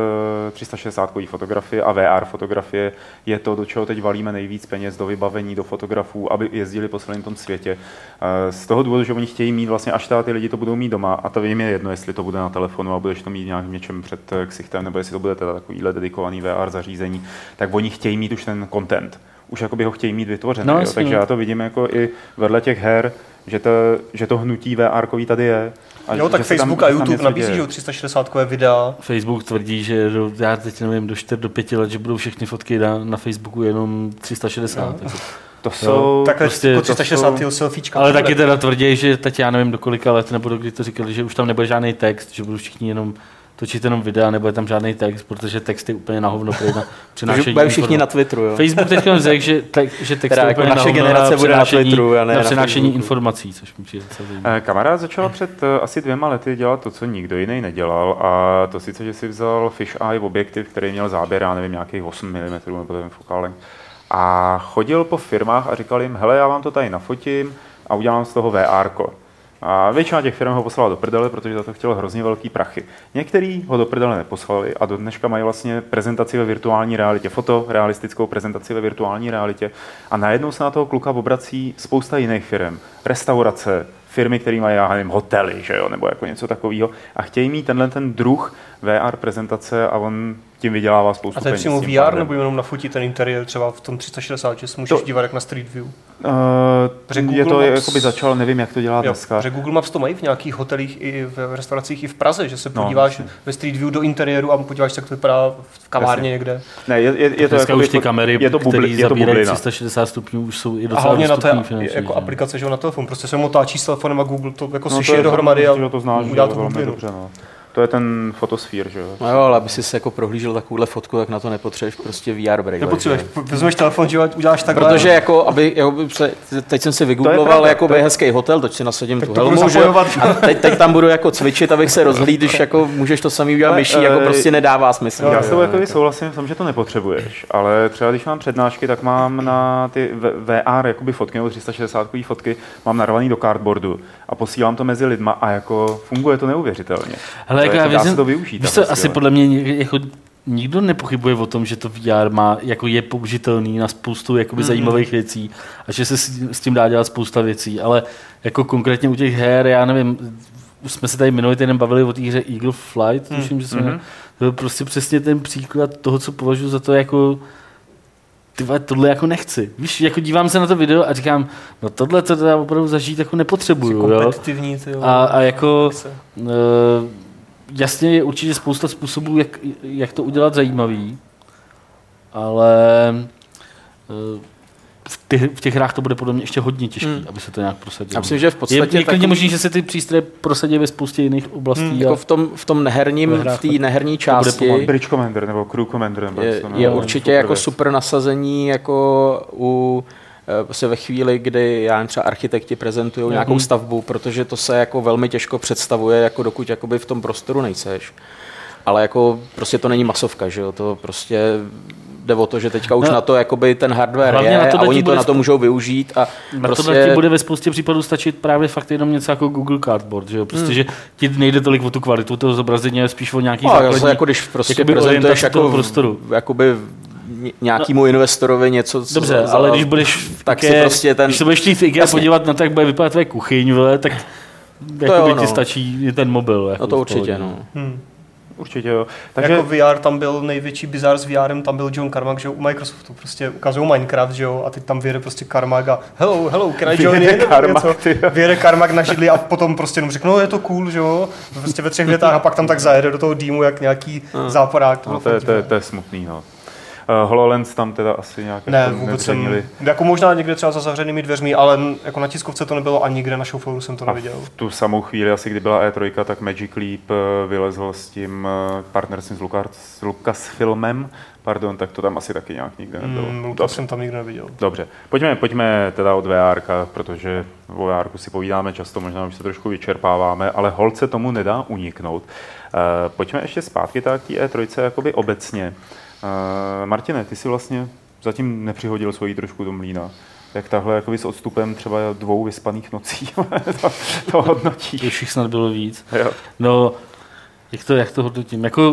[SPEAKER 1] fotografie a VR fotografie je to, do čeho teď valíme nejvíc peněz, do vybavení, do fotografů, aby jezdili po celém tom světě. Z toho důvodu, že oni chtějí mít vlastně, až ty lidi to budou mít doma, a to jim je jedno, jestli to bude na telefonu a budeš to mít nějak něčem před ksichtem, nebo jestli to bude teda takovýhle dedikovaný VR zařízení, tak oni chtějí mít už ten content. Už jakoby ho chtějí mít vytvořený, no, takže já to vidím jako i vedle těch her, že to hnutí VR-kový tady je. A
[SPEAKER 4] jo, tak Facebook a YouTube nabízí, že 360-kové videa.
[SPEAKER 3] Facebook tvrdí, že já teď nevím, do 4 do 5 let, že budou všechny fotky na Facebooku jenom 360.
[SPEAKER 1] No. To jsou
[SPEAKER 4] takhle prostě, jako 360 selfiečka.
[SPEAKER 3] Ale taky teda tvrdí, že teď já nevím do kolika let, nebo kdy to říkali, že už tam nebude žádný text, že budou všichni jenom točit jenom videa, nebude tam žádný text, protože text je úplně na hovno na přenášení.
[SPEAKER 2] Budeme všichni na Twitteru, jo.
[SPEAKER 3] Facebook teď řekl, že text je
[SPEAKER 2] jako
[SPEAKER 3] úplně
[SPEAKER 2] naše generace bude na Twitteru, a ne
[SPEAKER 3] na přenášení informací, což mi přijde docela zajímavé.
[SPEAKER 1] Kamarád začal před asi 2 lety dělat to, co nikdo jiný nedělal, a to sice, že si vzal fisheye objektiv, který měl záběr, já nevím, nějakých 8 mm nebo ten fokálek, a chodil po firmách a říkal jim, hele, já vám to tady nafotím a udělám z toho VR-ko. A většina těch firm ho poslala do prdele, protože za to chtěl hrozně velký prachy. Některý ho do prdele neposlali a do dneška mají vlastně prezentaci ve virtuální realitě, fotorealistickou prezentaci ve virtuální realitě, a najednou se na toho kluka obrací spousta jiných firm, restaurace, firmy, které mají, já nevím, hotely, že jo, nebo jako něco takového, a chtějí mít ten druh VR prezentace a on tím vydělává spoustu peněz.
[SPEAKER 4] A to je přímo VR pádem. Nebo jenom nafotit ten interiér třeba v tom 360, že si můžeš dívat jak na Street View?
[SPEAKER 1] Je to, jakoby začal, nevím, jak to dělá dneska.
[SPEAKER 4] Že Google Maps to mají v nějakých hotelích i v restauracích i v Praze, že se podíváš ve Street View do interiéru a podíváš se, jak to vypadá v kavárně někde.
[SPEAKER 3] Ne, je to dneska už ty kamery, které zabírají 360 stupňů, už jsou i docela
[SPEAKER 4] a hlavně na to jako aplikace, že na telefon, prostě se motáčí s telefonem a Google to jako sešije dohromady a
[SPEAKER 1] to znáš,
[SPEAKER 4] udělá to bublinu.
[SPEAKER 1] To je ten fotosphere, že jo?
[SPEAKER 2] No jo, ale aby si se jako prohlížel takovouhle fotku, tak na to nepotřebuješ prostě VR brýle.
[SPEAKER 4] Nepotřebuješ, vezmeš telefon, že uděláš takhle.
[SPEAKER 2] Protože jako, teď jsem si vygoogloval jako hezký hotel, teď si nasadím tu helmu, že? A teď tam budu jako cvičit, abych se rozhlídl, když jako můžeš to samý udělat myší, jako prostě nedává smysl.
[SPEAKER 1] Já s tebou jako souhlasím v tom, že to nepotřebuješ, ale třeba když mám přednášky, tak mám na ty VR jakoby fotky nebo 360 fotky, mám narvaný do cardboardu a posílám to mezi lidma a jako funguje to neuvěřitelně.
[SPEAKER 3] Ale jako
[SPEAKER 1] dá se to využít.
[SPEAKER 3] Asi podle mě jako nikdo nepochybuje o tom, že to VR má, jako je použitelný na spoustu jakoby zajímavých věcí a že se s tím dá dělat spousta věcí, ale jako konkrétně u těch her, já nevím, už jsme se tady minulý týden bavili o té hře Eagle Flight, tuším, že jsme to byl prostě přesně ten příklad toho, co považuji za to jako tohle jako nechci. Víš, jako dívám se na to video a říkám, no tohle to teda opravdu zažít jako nepotřebuju.
[SPEAKER 4] Kompetitivní, jo?
[SPEAKER 3] A jako jasně je určitě spousta způsobů, jak to udělat zajímavý, ale v těch hrách to bude podle mě ještě hodně těžké, aby se to nějak prosadilo.
[SPEAKER 2] Já myslím, že v podstatě
[SPEAKER 3] je klidně možný, že se ty přístroje prosadí ve spoustě jiných oblastí.
[SPEAKER 2] Jako v tom neherním, v té neherní části
[SPEAKER 1] Bridge Commander nebo Crew Commander. Nebo
[SPEAKER 2] je určitě jako super nasazení jako u prostě ve chvíli, kdy já třeba architekti prezentují nějakou stavbu, protože to se jako velmi těžko představuje, jako dokud jakoby v tom prostoru nejseš. Ale jako prostě to není masovka, že jo, to prostě jde o to, že teďka už na to jakoby ten hardware je a oni to na to můžou využít. A
[SPEAKER 3] na prostě to ti bude ve spoustě případů stačit právě fakt jenom něco jako Google Cardboard, že jo? Prostě, že ti nejde tolik o tu kvalitu toho zobrazení, ale spíš o nějaký základní,
[SPEAKER 2] jako když prostě prezentuješ jako
[SPEAKER 3] prostoru.
[SPEAKER 2] Jakoby nějakému investorovi něco, co
[SPEAKER 3] dobře, ale když budeš
[SPEAKER 2] tak si prostě
[SPEAKER 3] když se budeš chtít v IKEA podívat na to, jak bude vypadat tvoje kuchyň, tak ti stačí ten mobil.
[SPEAKER 2] No to určitě,
[SPEAKER 1] Určitě jo.
[SPEAKER 4] Takže jako VR tam byl největší bizar s VRem, tam byl John Carmack, že u Microsoftu prostě ukazují Minecraft, že jo, a teď tam vyjede prostě Carmack a hello, can I join in? Vyjede Carmack na židli a potom prostě jenom řekne, no je to cool, že jo, prostě ve 3 větách a pak tam tak zajede do toho dýmu jak nějaký záporák.
[SPEAKER 1] To je smutný, no. HoloLens tam teda asi nějak
[SPEAKER 4] ne, vůbec jsem, jako možná někde třeba za zavřenými dveřmi, ale jako na tiskovce to nebylo a nikde na showflooru jsem to neviděl.
[SPEAKER 1] V tu samou chvíli, asi kdy byla E3, tak Magic Leap vylezl s tím partnerstvím s Lucasfilmem, tak to tam asi taky nějak nikde nebylo.
[SPEAKER 4] To jsem tam nikde neviděl.
[SPEAKER 1] Dobře, pojďme teda od VR, protože o VR si povídáme často, možná už se trošku vyčerpáváme, ale holt se tomu nedá uniknout. Pojďme ještě zpátky k té E3 jakoby obecně. Martine, ty si vlastně zatím nepřihodil svoji trošku do mlýna. Jak tahle jakoby s odstupem třeba 2 vyspaných nocí to hodnotíš?
[SPEAKER 3] Už jich snad bylo víc.
[SPEAKER 1] Jo.
[SPEAKER 3] No, jak to hodnotím? Jako,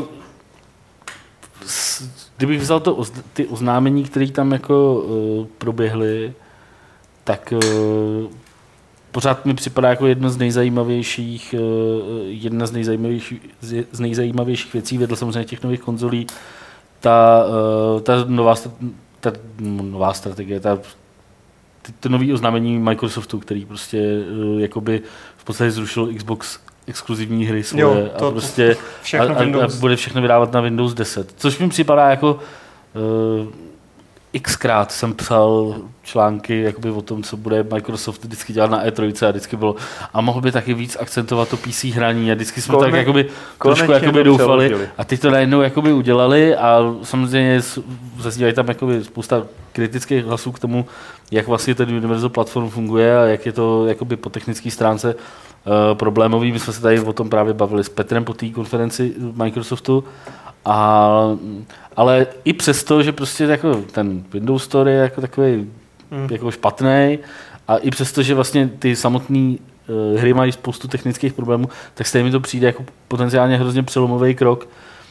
[SPEAKER 3] kdybych vzal ty oznámení, které tam jako proběhly, tak pořád mi připadá jako jedna z nejzajímavějších věcí, vedle samozřejmě těch nových konzolí, ta nová strategie, to nový oznámení Microsoftu, který prostě jakoby v podstatě zrušil Xbox exkluzivní hry svoje a prostě a bude všechno vydávat na Windows 10. Což mi připadá jako xkrát jsem psal články jakoby o tom, co bude Microsoft vždycky dělat na E3 a vždycky bylo a mohl by taky víc akcentovat to PC hraní a vždycky jsme tak jakoby trošku jakoby doufali a teď to najednou jakoby udělali a samozřejmě zaznívají tam jakoby spousta kritických hlasů k tomu, jak vlastně ten Universal Platform funguje a jak je to jakoby po technické stránce problémový. My jsme se tady o tom právě bavili s Petrem po té konferenci Microsoftu. Ale i přesto, že prostě jako ten Windows Store je jako takový jako špatný a i přesto, že vlastně ty samotné hry mají spoustu technických problémů, tak stejně mi to přijde jako potenciálně hrozně přelomový krok.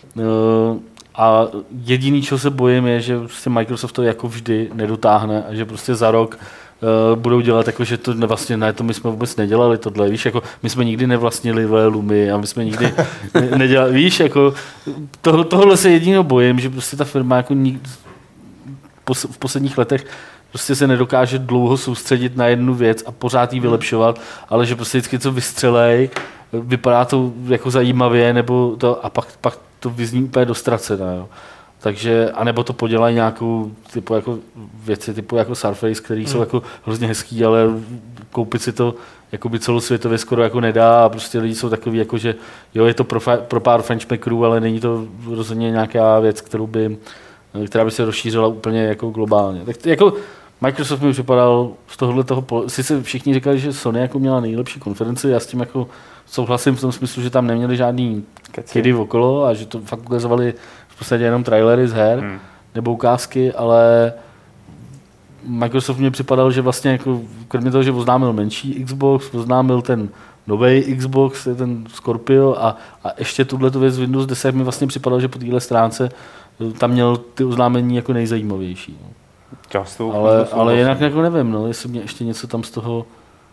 [SPEAKER 3] A jediný, čeho se bojím, je, že prostě Microsoft to jako vždy nedotáhne a že prostě za rok budou dělat jako, že to vlastně ne, to my jsme vůbec nedělali tohle, víš, jako my jsme nikdy nevlastnili Lumy a my jsme nikdy nedělali, víš, jako tohle se jediného bojím, že prostě ta firma jako v posledních letech prostě se nedokáže dlouho soustředit na jednu věc a pořád ji vylepšovat, ale že prostě vždycky co vystřelej, vypadá to jako zajímavě, nebo to a pak to vyzní úplně dostracené, jo. Takže, anebo to podělají nějakou typu jako věci typu jako Surface, které jsou jako hrozně hezký, ale koupit si to jakoby celosvětově skoro jako nedá a prostě lidi jsou takový jako, že jo, je to pro pár fanchmackerů, ale není to rozhodně nějaká věc, která by se rozšířila úplně jako globálně. Tak jako Microsoft mi připadal z toho, sice všichni říkali, že Sony jako měla nejlepší konferenci, já s tím jako souhlasím v tom smyslu, že tam neměli žádný kidy okolo a že to fakt ukazovali v podstatě jenom trailery z her nebo ukázky, ale Microsoft mi připadal, že vlastně jako, kromě toho, že oznámil menší Xbox, oznámil ten nový Xbox, ten Scorpio a ještě tuhletu věc Windows 10 mi vlastně připadalo, že po téhle stránce tam měl ty oznámení jako nejzajímavější. Ale jinak jako nevím, no, jestli mě ještě něco tam z toho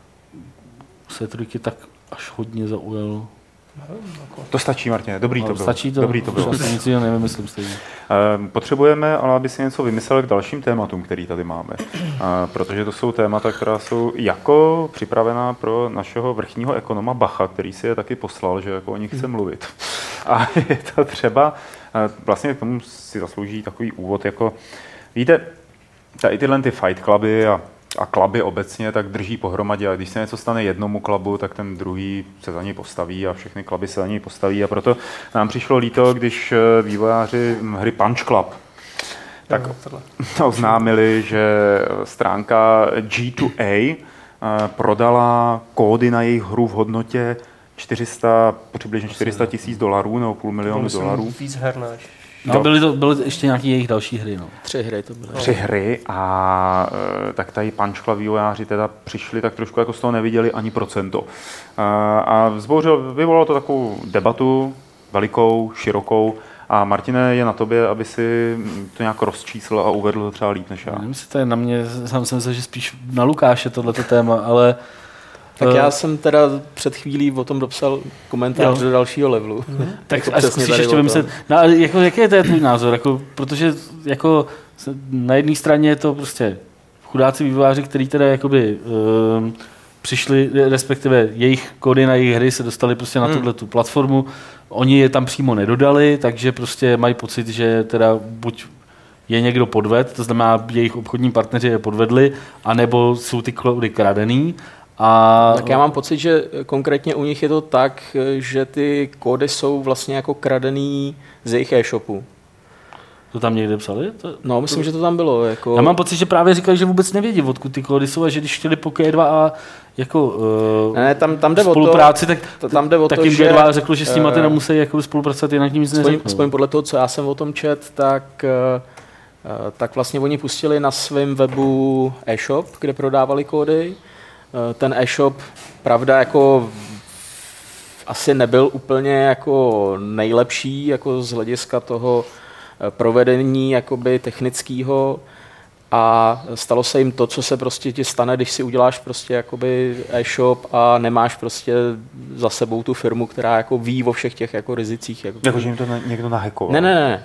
[SPEAKER 3] C3 tak až hodně zaujalo.
[SPEAKER 1] To stačí, Martine, dobrý to bylo.
[SPEAKER 3] Stačí to,
[SPEAKER 1] dobrý to bylo.
[SPEAKER 3] Nic jiného nevymyslím stejně.
[SPEAKER 1] Potřebujeme, ale aby si něco vymyslel k dalším tématům, který tady máme. Protože to jsou témata, která jsou jako připravená pro našeho vrchního ekonoma Bacha, který si je taky poslal, že jako o nich chce mluvit. A je to třeba, vlastně k tomu si zaslouží takový úvod, jako víte, tady tyhle ty fight cluby a kluby obecně tak drží pohromadě a když se něco stane jednomu klubu, tak ten druhý se za něj postaví a všechny kluby se za něj postaví a proto nám přišlo líto, když vývojáři hry Punch Club tak oznámili, že stránka G2A prodala kódy na jejich hru v hodnotě přibližně $400,000 nebo $500,000.
[SPEAKER 4] Víc her než.
[SPEAKER 3] No, byly ještě nějaké jejich další hry. No.
[SPEAKER 2] 3 hry to byly.
[SPEAKER 1] 3 hry a tak tady Punch Club vývojáři teda přišli tak trošku jako z toho neviděli ani procento. A vyvolalo to takovou debatu velikou, širokou a Martine, je na tobě, aby si to nějak rozčísl a uvedl to třeba líp než já.
[SPEAKER 3] Nevím, jestli to je na mě, sám jsem myslel, že spíš na Lukáše tohleto téma, ale
[SPEAKER 2] tak já jsem teda před chvílí o tom dopsal komentář do dalšího levelu.
[SPEAKER 3] Tak jako zkusíš ještě vymyslet. No, jako, jaký je to tvůj názor? Jako, protože jako, na jedné straně je to prostě chudáci vývojáři, kteří teda jakoby, přišli, respektive jejich kódy na jejich hry se dostali prostě na tu platformu. Oni je tam přímo nedodali, takže prostě mají pocit, že teda buď je někdo podved, to znamená jejich obchodní partneři je podvedli, anebo jsou ty kódy kradený.
[SPEAKER 2] Tak já mám pocit, že konkrétně u nich je to tak, že ty kódy jsou vlastně jako kradený z jejich e-shopu.
[SPEAKER 3] To tam někde psali?
[SPEAKER 2] No, myslím, že to tam bylo. Jako...
[SPEAKER 3] Já mám pocit, že právě říkali, že vůbec nevědí, odkud ty kódy jsou a že když chtěli po G2A jako
[SPEAKER 2] tam jde
[SPEAKER 3] spolupráci,
[SPEAKER 2] tak
[SPEAKER 3] jim G2 řekl, že s tím teda musí jako spolupracovat, jinak nic neřeknou.
[SPEAKER 2] Aspoň podle toho, co já jsem o tom čet, tak vlastně oni pustili na svém webu e-shop, kde prodávali kódy. Ten e-shop, pravda, jako asi nebyl úplně jako nejlepší jako z hlediska toho provedení jakoby technického a stalo se jim to, co se prostě ti stane, když si uděláš prostě jakoby e-shop a nemáš prostě za sebou tu firmu, která jako ví o všech těch jako rizicích.
[SPEAKER 1] Jakože jim to někdo nahackoval.
[SPEAKER 2] Ne.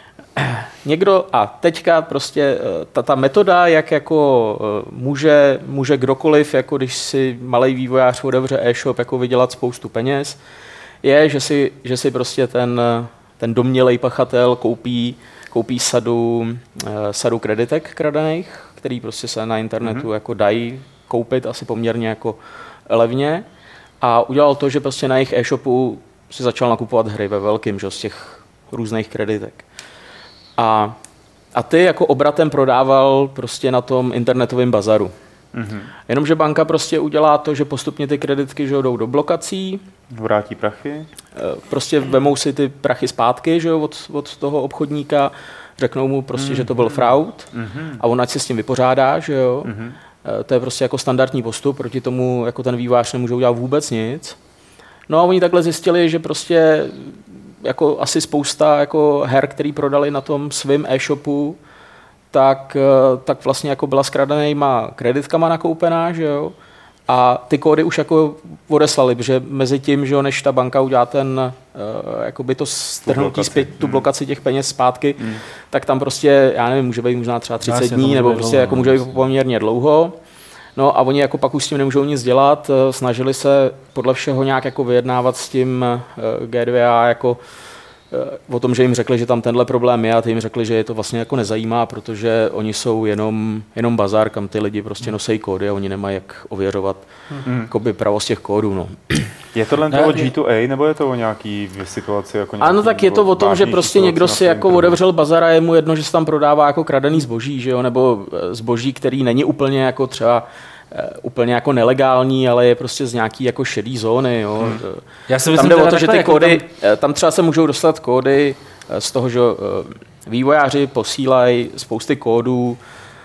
[SPEAKER 2] Někdo a teďka prostě ta metoda, jak jako může kdokoliv, jako když si malej vývojář otevře e-shop, jako vydělat spoustu peněz, je, že si prostě ten domnělej pachatel koupí sadu kreditek kradených, který prostě se na internetu jako dají koupit asi poměrně jako levně a udělal to, že prostě na jejich e-shopu si začal nakupovat hry ve velkým, že z těch různých kreditek. A ty jako obratem prodával prostě na tom internetovém bazaru. Jenomže banka prostě udělá to, že postupně ty kreditky že jdou do blokací.
[SPEAKER 1] Vrátí prachy.
[SPEAKER 2] Prostě vemou si ty prachy zpátky že od toho obchodníka, řeknou mu prostě, že to byl fraud a on ať se s tím vypořádá, že jo. To je prostě jako standardní postup, proti tomu jako ten vývojář nemůže udělat vůbec nic. No a oni takhle zjistili, že prostě jako asi spousta jako her, který prodali na tom svém e-shopu, tak vlastně jako byla s kradenýma kreditkama nakoupená, že jo? A ty kódy už jako odeslali, protože mezi tím, že jo, než ta banka udělá jakoby to strhnutí zpět, tu blokaci těch peněz zpátky, tak tam prostě, já nevím, může být možná třeba 30 dní, nebo prostě jako může být poměrně dlouho. No a oni jako pak už s tím nemůžou nic dělat, snažili se podle všeho nějak jako vyjednávat s tím G2A jako o tom, že jim řekli, že tam tenhle problém je a ty jim řekli, že je to vlastně jako nezajímá, protože oni jsou jenom bazar, kam ty lidi prostě nosejí kódy a oni nemají jak ověřovat jakoby pravost těch kódů. No.
[SPEAKER 1] Je to jen to o G2A, nebo je to o nějaký situaci? Jako
[SPEAKER 2] ano, tak je to o tom, že prostě někdo si jako otevřel bazar a je mu jedno, že se tam prodává jako kradený zboží, že jo? Nebo zboží, který není úplně jako třeba úplně jako nelegální, ale je prostě z nějaký jako šedý zóny. Jo.
[SPEAKER 3] Já si
[SPEAKER 2] tam jde o to, že ty kódy, tam třeba se můžou dostat kódy z toho, že vývojáři posílají spousty kódů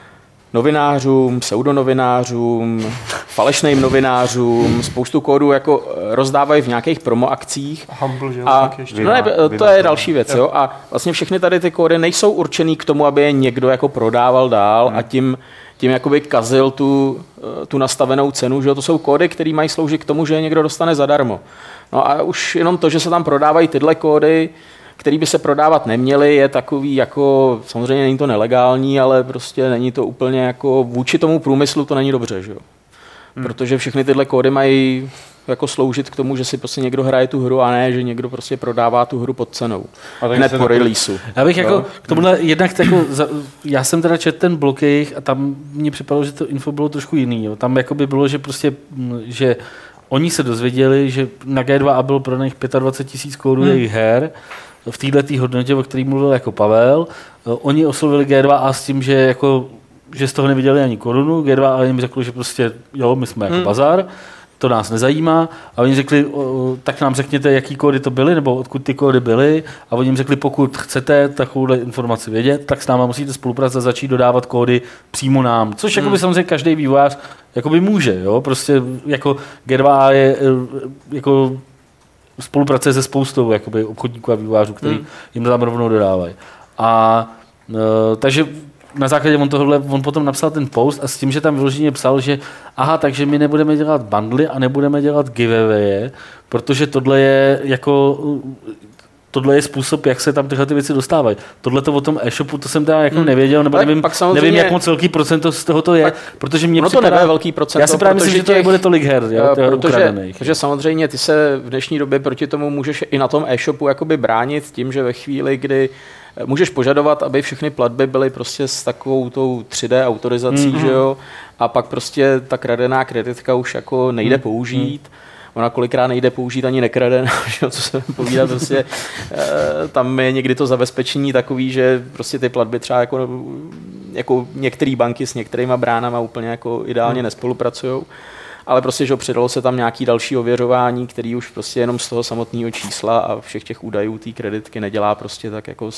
[SPEAKER 2] novinářům, pseudonovinářům, falešným novinářům, spoustu kódů jako rozdávají v nějakých promoakcích.
[SPEAKER 4] Humble, že?
[SPEAKER 2] To je další věc. Jo? A vlastně všechny tady ty kódy nejsou určený k tomu, aby je někdo jako prodával dál a tím jakoby kazil tu nastavenou cenu, že to jsou kódy, které mají sloužit k tomu, že je někdo dostane zadarmo. No a už jenom to, že se tam prodávají tyhle kódy, které by se prodávat neměly, je takový jako, samozřejmě není to nelegální, ale prostě není to úplně jako, vůči tomu průmyslu to není dobře, že jo. Protože všechny tyhle kódy mají jako sloužit k tomu, že si prostě někdo hraje tu hru a ne, že někdo prostě prodává tu hru pod cenou. Hned po releaseu.
[SPEAKER 3] Já bych jako k tomuhle jednak jako, já jsem teda četl ten blog jejich a tam mně připadalo, že to info bylo trošku jiný. Jo. Tam jako by bylo, že prostě, že oni se dozvěděli, že na G2A bylo prodaných 25 000 kódů jejich her v této hodnotě, o který mluvil jako Pavel. Oni oslovili G2A s tím, že z toho neviděli ani korunu. G2A jim řekli, že prostě jo, my jsme jako bazar, to nás nezajímá. A oni řekli, tak nám řekněte, jaký kódy to byly, nebo odkud ty kódy byly. A oni jim řekli, pokud chcete takovouhle informaci vědět, tak s náma musíte spolupracovat a začít dodávat kódy přímo nám. Což jakoby samozřejmě každý vývojář jakoby může. Jo? Prostě jako G2A je jako spolupracuje se spoustou jakoby obchodníků a vývojářů, který jim tam rovnou dodávají. A takže na základě on potom napsal ten post a s tím, že tam vyloženě psal, že aha, takže my nebudeme dělat bundly a nebudeme dělat giveawaye, protože tohle je způsob, jak se tam tyhle ty věci dostávají. Tohle to o tom e-shopu, to jsem teda jako nevěděl, nebo nevím, jak moc velký procento z toho to je, protože mě
[SPEAKER 2] připadá, to nebude velký procento.
[SPEAKER 3] Já si právě myslím, že to nebude tolik her,
[SPEAKER 2] protože samozřejmě ty se v dnešní době proti tomu můžeš i na tom e-shopu jakoby bránit tím, že ve chvíli, kdy můžeš požadovat, aby všechny platby byly prostě s takovou tou 3D autorizací, že jo, a pak prostě ta kradená kreditka už jako nejde použít. Ona kolikrát nejde použít ani nekradená, co se povídá, prostě tam je někdy to zabezpečení takový, že prostě ty platby třeba jako některé banky s některýma bránama úplně jako ideálně nespolupracujou, ale prostě, že přidalo se tam nějaký další ověřování, který už prostě jenom z toho samotného čísla a všech těch údajů té kreditky nedělá prostě tak jako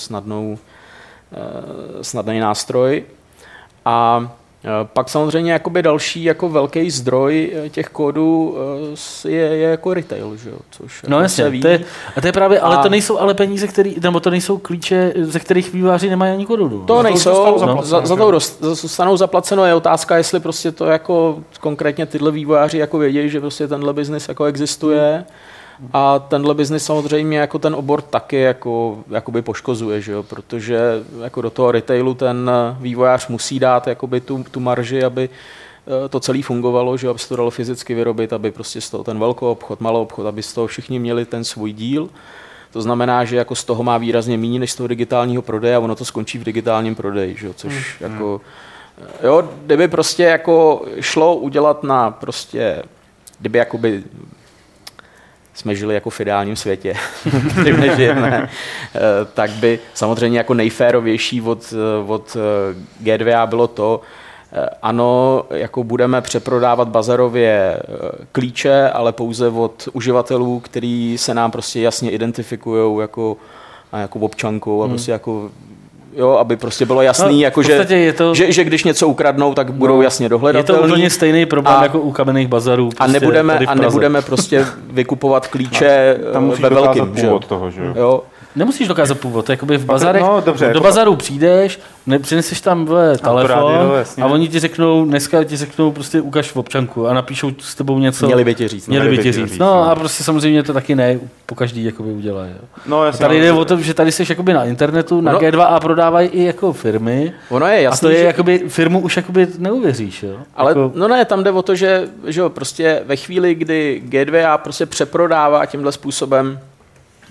[SPEAKER 2] snadný nástroj. A pak samozřejmě jakoby další jako velký zdroj těch kódů je jako retail, že jo, což
[SPEAKER 3] no jasně,
[SPEAKER 2] se ví.
[SPEAKER 3] To je právě, ale to nejsou ale peníze, nebo to nejsou klíče, ze kterých vývojáři nemají ani kodu.
[SPEAKER 2] To nejsou, za to dostanou zaplaceno, je otázka, jestli prostě to jako konkrétně tyhle vývojáři jako vědějí, že prostě tenhle biznis jako existuje. A tenhle biznis samozřejmě jako ten obor taky jakoby poškozuje, že jo? Protože jako do toho retailu ten vývojář musí dát jakoby tu marži, aby to celé fungovalo, že aby se to dalo fyzicky vyrobit, aby prostě z toho ten velký obchod, malý obchod, aby z toho všichni měli ten svůj díl. To znamená, že jako z toho má výrazně méně než z toho digitálního prodeje a ono to skončí v digitálním prodeji, že jo? Což jako jo, kdyby prostě jako šlo udělat na prostě, kdyby jakoby jsme žili jako v ideálním světě, kterým nežijeme, tak by samozřejmě jako nejférovější od G2A bylo to, ano, jako budeme přeprodávat bazarově klíče, ale pouze od uživatelů, který se nám prostě jasně identifikují jako občankou a prostě jako jo, aby prostě bylo jasný, jako že když něco ukradnou, tak budou jasně dohledatelný.
[SPEAKER 3] Je to úplně stejný problém jako u kamenných bazarů.
[SPEAKER 2] Prostě a nebudeme prostě vykupovat klíče ve velkým.
[SPEAKER 1] Původ toho, že
[SPEAKER 2] jo.
[SPEAKER 3] Nemusíš dokázat původ, jakoby v bazarech, do bazaru přijdeš, přineseš tam telefon a oni ti řeknou, dneska ti řeknou prostě ukaž v občanku a napíšou s tebou něco.
[SPEAKER 2] Měli by ti říct.
[SPEAKER 3] No a prostě samozřejmě to taky ne po každý jakoby udělají.
[SPEAKER 1] No,
[SPEAKER 3] jasně, tady jde o to, že tady jsi jakoby na internetu, na G2A prodávají i jako firmy.
[SPEAKER 2] Ono je jasný,
[SPEAKER 3] a to je jakoby, firmu už jakoby neuvěříš, jo.
[SPEAKER 2] Ale jako, no ne, tam jde o to, že prostě ve chvíli, kdy G2A prostě přeprodává tímhle způsobem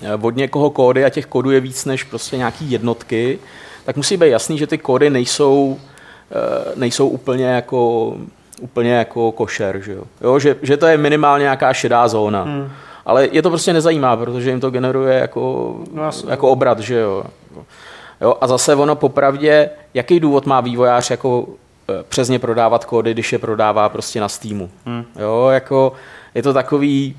[SPEAKER 2] od někoho kódy a těch kódů je víc než prostě nějaký jednotky, tak musí být jasný, že ty kódy nejsou úplně jako košer, že jo? Že to je minimálně nějaká šedá zóna. Ale je to prostě nezajímá, protože jim to generuje jako obrat, že jo. A zase ono popravdě, jaký důvod má vývojář jako přes ně prodávat kódy, když je prodává prostě na Steamu. Jo, jako je to takový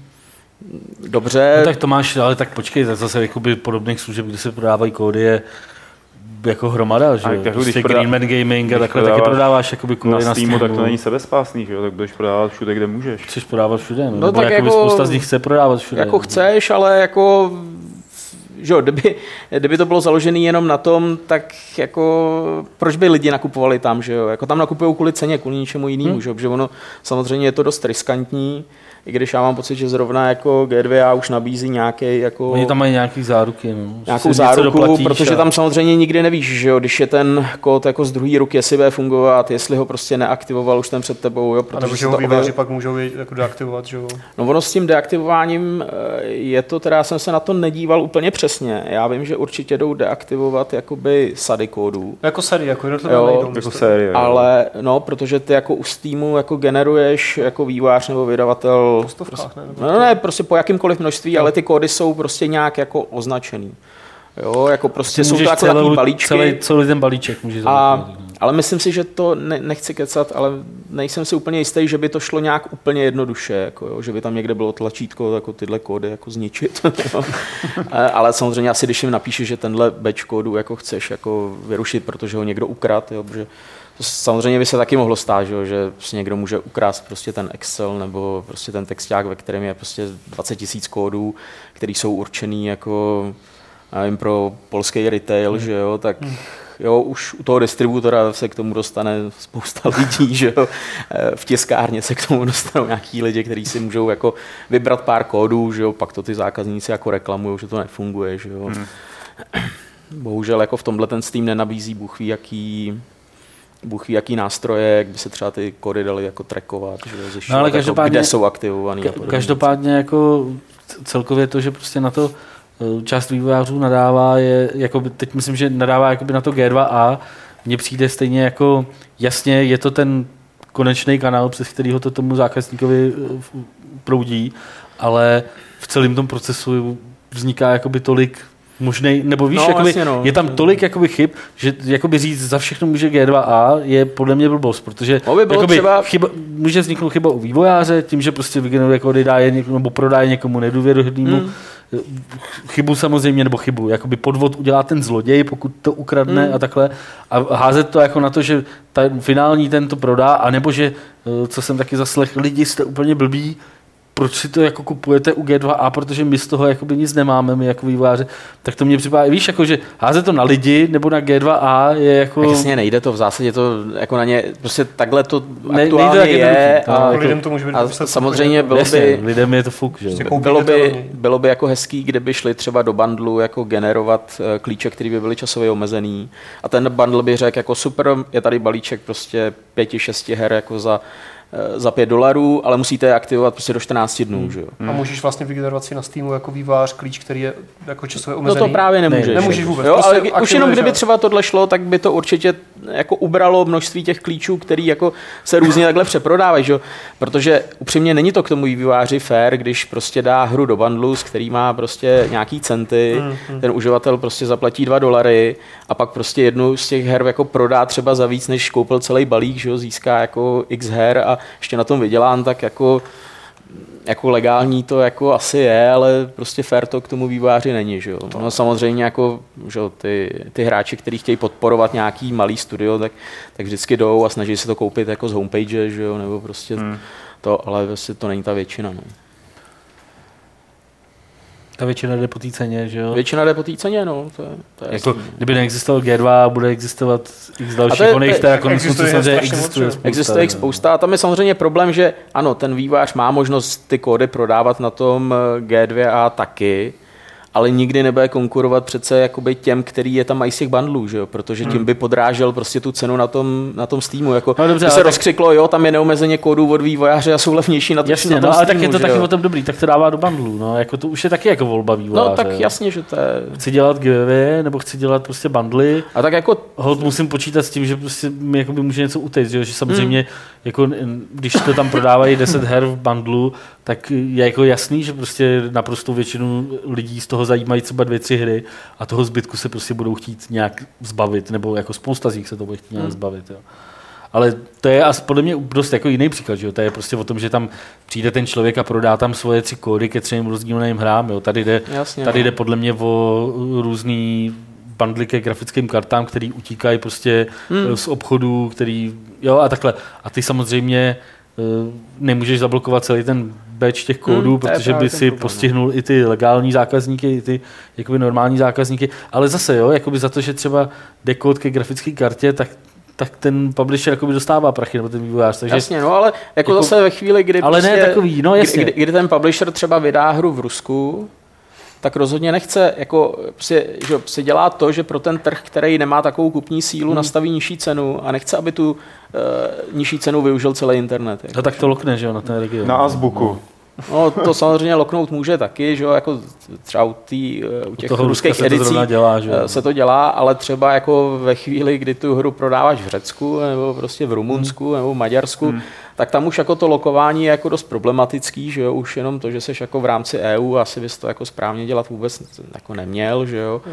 [SPEAKER 2] dobře.
[SPEAKER 3] No tak to máš, ale tak počkej, zase jakoby podobných služeb, kde se prodávají kódy, je jako hromada, že jo. Prostě Greenman Gaming a takhle taky prodáváš jakoby kódy na Steamu.
[SPEAKER 1] Tak to není sebespásný, že jo, tak budeš prodávat všude, kde můžeš.
[SPEAKER 3] Chceš prodávat všude,
[SPEAKER 2] no
[SPEAKER 3] nebo
[SPEAKER 2] tak jako
[SPEAKER 3] spousta z nich chce prodávat všude.
[SPEAKER 2] Jako chceš, ale jako že jo, kdyby to bylo založené jenom na tom, tak jako proč by lidi nakupovali tam, že jo? Jako tam nakupují kvůli ceně, kvůli ničemu jinému, že jo? Protože ono samozřejmě je to dost riskantní, i když já mám pocit, že zrovna jako G2A už nabízí nějaký jako...
[SPEAKER 3] Oni tam mají nějaký záruky, no.
[SPEAKER 2] Nějakou záruku, protože tam samozřejmě nikdy nevíš, že jo, když je ten kód jako z druhé ruky, jestli bude fungovat, jestli ho prostě neaktivoval už ten před tebou, jo, protože
[SPEAKER 4] že ho vývojáři pak můžou jako deaktivovat, že jo.
[SPEAKER 2] No ono s tím deaktivováním je to, teda já jsem se na to nedíval úplně přesně. Já vím, že určitě jdou deaktivovat jakoby sady kódů.
[SPEAKER 4] Jako sady, jako jednotlivé
[SPEAKER 1] jako série.
[SPEAKER 2] Ale no, protože ty jako u Steamu jako generuješ jako vývojář nebo vydavatel ne, prostě po jakýmkoliv množství, ale ty kódy jsou prostě nějak jako označený. Jo, jako prostě jsou to jako takový balíčky.
[SPEAKER 3] Celý ten balíček můžeš
[SPEAKER 2] ale myslím si, že to nechci kecat, ale nejsem si úplně jistý, že by to šlo nějak úplně jednoduše, jako, jo, že by tam někde bylo tlačítko jako tyhle kódy jako zničit. Ale samozřejmě asi, když jim napíšeš, že tenhle batch kódu jako chceš jako vyrušit, protože ho někdo ukradl, jo, protože to samozřejmě by se taky mohlo stát, že prostě někdo může ukrást prostě ten Excel nebo prostě ten texták, ve kterém je prostě 20 000 kódů, který jsou určený jako nevím, pro polský retail, že jo, tak jo, už u toho distributora se k tomu dostane spousta lidí, že jo. V tiskárně se k tomu dostanou nějaký lidi, kteří si můžou jako vybrat pár kódů, že jo, pak to ty zákazníci jako reklamují, že to nefunguje, že jo. Bohužel jako v tomhle ten Steam nenabízí Bůh ví jaký nástroje, jak by se třeba ty kódy daly jako trackovat, že zjišťovat, jako, kde jsou aktivovaný.
[SPEAKER 3] Každopádně jako celkově to, že prostě na to část vývojářů nadává, je, jako teď myslím, že nadává jakoby na to G2A, mně přijde stejně jako jasně, je to ten konečný kanál, přes kterýho to tomu zákazníkovi proudí, ale v celém tom procesu vzniká jakoby tolik možnej, nebo víš, jakoby, je tam tolik jakoby chyb, že jakoby říct za všechno může G2A je podle mě blbost, protože jakoby, může vzniknout chyba u vývojáře, tím, že prostě vygeneruje kódy, dá je někomu, nebo prodá někomu nedůvěryhodnému. Chybu samozřejmě, nebo chybu, jakoby podvod udělá ten zloděj, pokud to ukradne a takhle a házet to jako na to, že ten finální ten to prodá, anebo že, co jsem taky zaslech, lidi jste úplně blbí, proč si to jako kupujete u G2A, protože my z toho jakoby nic nemáme, my jako vývojáři, tak to mě připadá, víš, jako, že házet to na lidi nebo na G2A je jako...
[SPEAKER 2] Jasně, nejde to v zásadě, to jako na ně, prostě takhle to aktuálně je.
[SPEAKER 4] A lidem to může být
[SPEAKER 2] samozřejmě
[SPEAKER 3] lidem je to fuk, že?
[SPEAKER 2] Bylo by jako hezký, kdyby šli třeba do bundlu jako generovat klíče, který by byly časově omezený a ten bundle by řekl jako super, je tady balíček prostě 5-6 her jako za $5, ale musíte je aktivovat prostě do 14 dnů. Že jo?
[SPEAKER 4] A můžeš vlastně vygenerovat si na Steamu jako vývojář klíč, který je jako časově omezený?
[SPEAKER 2] No to právě nemůžeš.
[SPEAKER 4] Nemůžeš vůbec.
[SPEAKER 2] Jo, ale už jenom kdyby třeba tohle šlo, tak by to určitě jako ubralo množství těch klíčů, který jako se různě takhle přeprodávají. Že? Protože upřímně není to k tomu vývojáři fair, když prostě dá hru do bundlu, s který má prostě nějaký centy, ten uživatel prostě zaplatí $2 a pak prostě jednu z těch her jako prodá třeba za víc, než koupil celý balík, že jo, získá jako x her a ještě na tom vydělám, tak jako legální to jako asi je, ale prostě fair to k tomu vývojáři není, že jo. No samozřejmě jako, že jo, ty hráči, kteří chtějí podporovat nějaký malý studio, tak vždycky jdou a snaží se to koupit jako z homepage, že jo, nebo prostě to, ale vlastně to není ta většina, no.
[SPEAKER 3] Ta většina jde po té ceně, že jo?
[SPEAKER 2] Většina jde po té ceně, no. To je
[SPEAKER 3] jako, kdyby neexistoval G2, bude existovat x dalších oných, která koneckonců samozřejmě existuje spousta.
[SPEAKER 2] Existuje jich spousta a tam je samozřejmě problém, že ano, ten vývojář má možnost ty kódy prodávat na tom G2A taky, ale nikdy nebude konkurovat přece jakoby těm, který je tam mají z těch bundlů, že jo? Protože tím by podrážel prostě tu cenu na tom Steamu. Jako,
[SPEAKER 3] no dobře,
[SPEAKER 2] se rozkřiklo, jo, tam je neomezeně kódů od vývojáře a jsou levnější na to.
[SPEAKER 3] Jasně,
[SPEAKER 2] na
[SPEAKER 3] ale
[SPEAKER 2] Steamu,
[SPEAKER 3] tak je to
[SPEAKER 2] že
[SPEAKER 3] taky
[SPEAKER 2] jo?
[SPEAKER 3] o tom dobrý, tak to dává do bundlů, no, jako to už je taky jako volba vývojáře.
[SPEAKER 2] No tak jasně, že to je...
[SPEAKER 3] Chci dělat giveaway, nebo chci dělat prostě bundly.
[SPEAKER 2] A tak jako...
[SPEAKER 3] Holt musím počítat s tím, že prostě mi jakoby může něco utéct, že samozřejmě, jako, když to tam prodávají 10 her v bundlu, tak je jako jasný, že prostě naprostou většinu lidí z toho zajímají třeba 2-3 hry a toho zbytku se prostě budou chtít nějak zbavit, nebo jako spousta z nich se to bude chtít nějak zbavit. Jo. Ale to je podle mě dost jako jiný příklad, že jo? To je prostě o tom, že tam přijde ten člověk a prodá tam svoje 3 kódy ke 3 rozdílným hrám. Jo? Tady jde podle mě o různý bundly ke grafickým kartám, který utíkají prostě z obchodů, který, jo, a takhle. A ty samozřejmě nemůžeš zablokovat celý ten batch těch kódů, protože by si postihnul i ty legální zákazníky, i ty jakoby normální zákazníky. Ale zase, jo, jakoby za to, že třeba jde kód ke grafické kartě, tak ten publisher jakoby dostává prachy, nebo ten vývojář. Takže
[SPEAKER 2] jasně, no ale jako zase ve chvíli, kdy,
[SPEAKER 3] ale
[SPEAKER 2] prostě,
[SPEAKER 3] ne takový, no jasně.
[SPEAKER 2] Kdy ten publisher třeba vydá hru v Rusku, tak rozhodně nechce, jako si dělá to, že pro ten trh, který nemá takovou kupní sílu, nastaví nižší cenu a nechce, aby tu nižší cenu využil celý internet. Jako.
[SPEAKER 3] No tak to lokne, že jo, na ten region.
[SPEAKER 1] Na azbuku.
[SPEAKER 2] No, to samozřejmě loknout může taky, že jo, jako třeba u těch ruských edicí se to dělá, ale třeba jako ve chvíli, kdy tu hru prodáváš v Řecku, nebo prostě v Rumunsku, nebo v Maďarsku, tak tam už jako to lokování je jako dost problematický, že jo, už jenom to, že seš jako v rámci EU, asi bys to jako správně dělat vůbec jako neměl, že jo.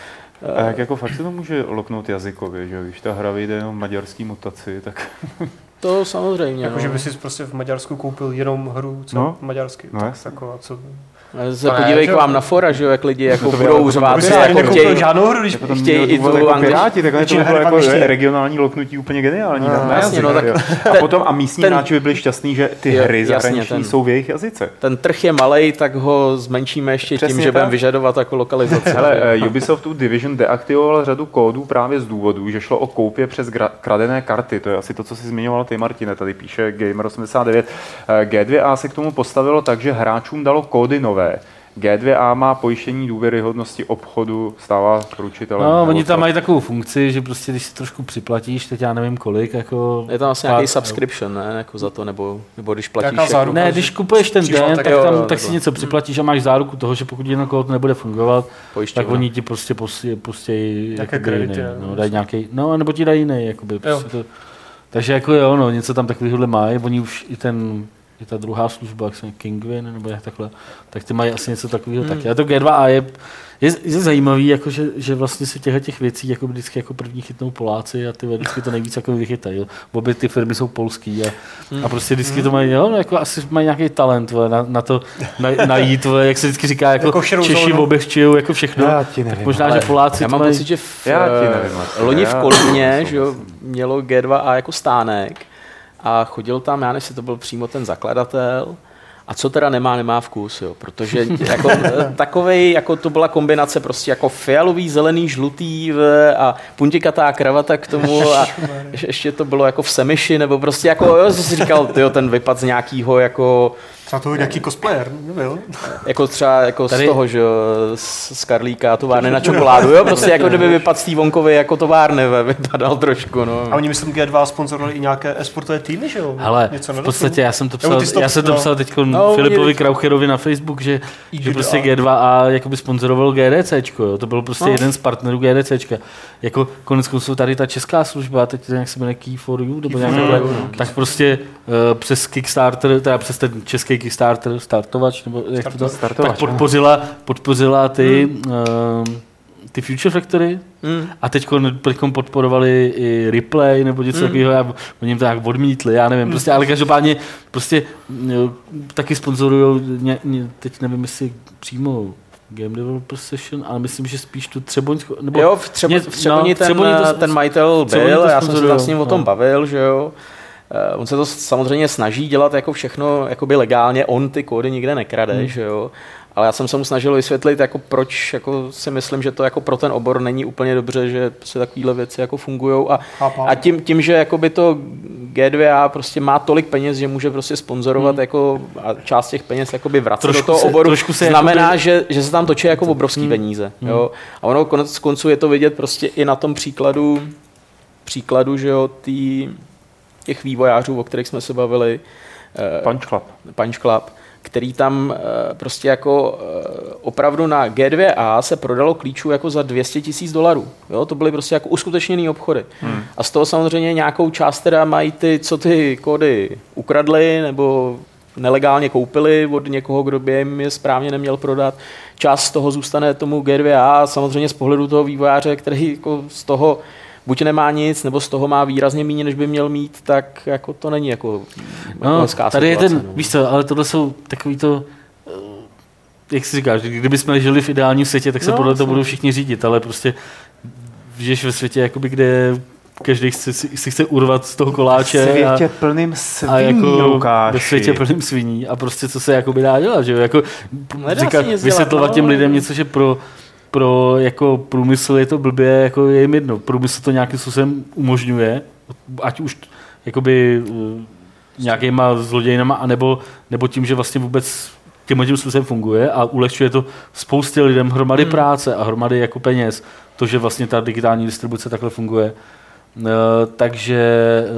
[SPEAKER 1] A jak jako fakt se to může loknout jazykově, že když ta hra vyjde jenom v maďarský mutaci, tak...
[SPEAKER 2] To samozřejmě.
[SPEAKER 4] Jako, že by si prostě v Maďarsku koupil jenom hru, co maďarsky.
[SPEAKER 1] No,
[SPEAKER 4] taková, co...
[SPEAKER 2] Se podívej k vám na fora, že jo, jak lidi jako budou řvát.
[SPEAKER 4] Jako chtějí žádnou hru, když
[SPEAKER 2] chtějí i tu
[SPEAKER 1] jako piráti, tak to bylo jako regionální loknutí úplně geniální.
[SPEAKER 2] Jasně, no, tak
[SPEAKER 1] a potom a místní hráči by byli šťastní, že ty hry zahraniční jsou v jejich jazyce.
[SPEAKER 2] Ten trh je malej, tak ho zmenšíme ještě tím, že budeme vyžadovat jako lokalizaci.
[SPEAKER 1] Hele, Ubisoft u Division deaktivoval řadu kódů právě z důvodu, že šlo o koupě přes kradené karty. To je asi to, co si zmiňoval ty, Martine, tady píše Gamer89. G2A se k tomu postavilo tak, že hráčům dalo kódy nové. G2A má pojištění důvěryhodnosti obchodu, stává poručitelem.
[SPEAKER 3] No, oni tam mají takovou funkci, že prostě když si trošku připlatíš, teď já nevím kolik, jako...
[SPEAKER 2] Je tam vlastně nějaký subscription, ne, jako za to, nebo když platíš...
[SPEAKER 3] Jako, ne, když kupuješ ten den, tak si něco připlatíš a máš záruku toho, že pokud jeden kód nebude fungovat, tak oni ti prostě pustějí jiný, dají nějaký, no, nebo ti dají jiný, jakoby, prostě to, takže jako jo, no, něco tam takovýhle mají, oni už i ta druhá služba, jak se Kingwin, nebo jak takhle, tak ty mají asi něco takového taky. A to G2A je zajímavý, jako že vlastně se těch věcí jako vždycky jako první chytnou Poláci a ty vždycky to nejvíc jako vychytají. Obě ty firmy jsou polský a prostě vždycky to mají, jo, jako asi mají nějaký talent na to najít, jak se vždycky říká, jako Češi oběhčujou jako všechno. Tak možná, že Poláci
[SPEAKER 2] já mám pocit, že loni v Kolíně, že mělo G2A jako stánek a chodil tam, já nevím, jestli to byl přímo ten zakladatel, a co teda nemá vkus, jo, protože jako, takovej, jako to byla kombinace prostě jako fialový, zelený, žlutý a puntikatá kravata k tomu a ještě to bylo jako v semiši, nebo prostě jako, jo, jsi říkal, tyjo, ten vypad z nějakýho jako...
[SPEAKER 4] Třeba to nějaký cosplayer, nebyl?
[SPEAKER 2] Jako třeba jako tady... z toho, že jo, z Karlíka, továrny na čokoládu, jo, prostě jako kdyby vypad z té Vonkovy jako továrny, vypadal trošku, no.
[SPEAKER 4] A oni myslím G2 sponzorovali i nějaké e-sportové týmy, že jo?
[SPEAKER 3] Hele, v podstatě já jsem to psal teď Filipovi Kraucherovi na Facebook, že prostě G2A jakoby sponzorovalo GDCčko, jo, to byl prostě jeden z partnerů GDCčka. Jako konec konců tady ta česká služba, teď nějak se jmenuje Key4U, nebo nějak takhle, tak prostě přes Kickstarter, teda přes ten český Kickstarter, startovač, nebo jak to tak podpořila ty Future Factory a teď podporovali i Replay nebo něco takového a oni jim to nějak odmítli, já nevím, prostě, ale každopádně prostě taky sponzorujou, teď nevím, jestli přímo Game Developer Session, ale myslím, že spíš tu Třeboňskou, nebo...
[SPEAKER 2] Jo, v Třeboni ten majitel byl, já jsem se vlastně o tom bavil, že jo. On se to samozřejmě snaží dělat jako všechno jakoby legálně, on ty kódy nikde nekrade, že jo. Ale já jsem se mu snažil vysvětlit, jako proč jako si myslím, že to jako pro ten obor není úplně dobře, že se takovéhle věci jako fungujou a tím, že jakoby to G2A prostě má tolik peněz, že může prostě sponzorovat jako a část těch peněz jakoby vracet do toho oboru. Znamená, že se tam točí jako obrovský peníze. Jo? A ono konec konců je to vidět prostě i na tom příkladu, že jo, těch vývojářů, o kterých jsme se bavili. Punch Club, který tam prostě jako opravdu na G2A se prodalo klíčů jako za $200,000. Jo? To byly prostě jako uskutečněný obchody. A z toho samozřejmě nějakou část teda mají ty, co ty kódy ukradli nebo nelegálně koupili od někoho, kdo by jim je správně neměl prodat. Část z toho zůstane tomu G2A, samozřejmě z pohledu toho vývojáře, který jako z toho buď nemá nic, nebo z toho má výrazně méně, než by měl mít, tak jako to není jako hezká
[SPEAKER 3] tady
[SPEAKER 2] situace.
[SPEAKER 3] Je ten, víš co, ale tohle jsou takový to, jak si říkáš, kdybychom žili v ideálním světě, tak se podle toho budou všichni řídit, ale prostě žiješ ve světě, jakoby, kde každý si chce urvat z toho koláče.
[SPEAKER 1] V světě plným sviní,
[SPEAKER 3] a jako
[SPEAKER 1] Lukáši.
[SPEAKER 3] Ve světě plným sviní a prostě co se jakoby dá dělat, že jo, jako říkat, vysvětlovat těm lidem něco, že pro jako průmysl je to blbě, jako je jim jedno. Průmysl to nějakým způsobem umožňuje, ať už jakoby nějakýma zlodějnama, anebo tím, že vlastně vůbec tím způsobem funguje a ulehčuje to spoustě lidem hromady práce a hromady jako peněz. To, že vlastně ta digitální distribuce takhle funguje. Takže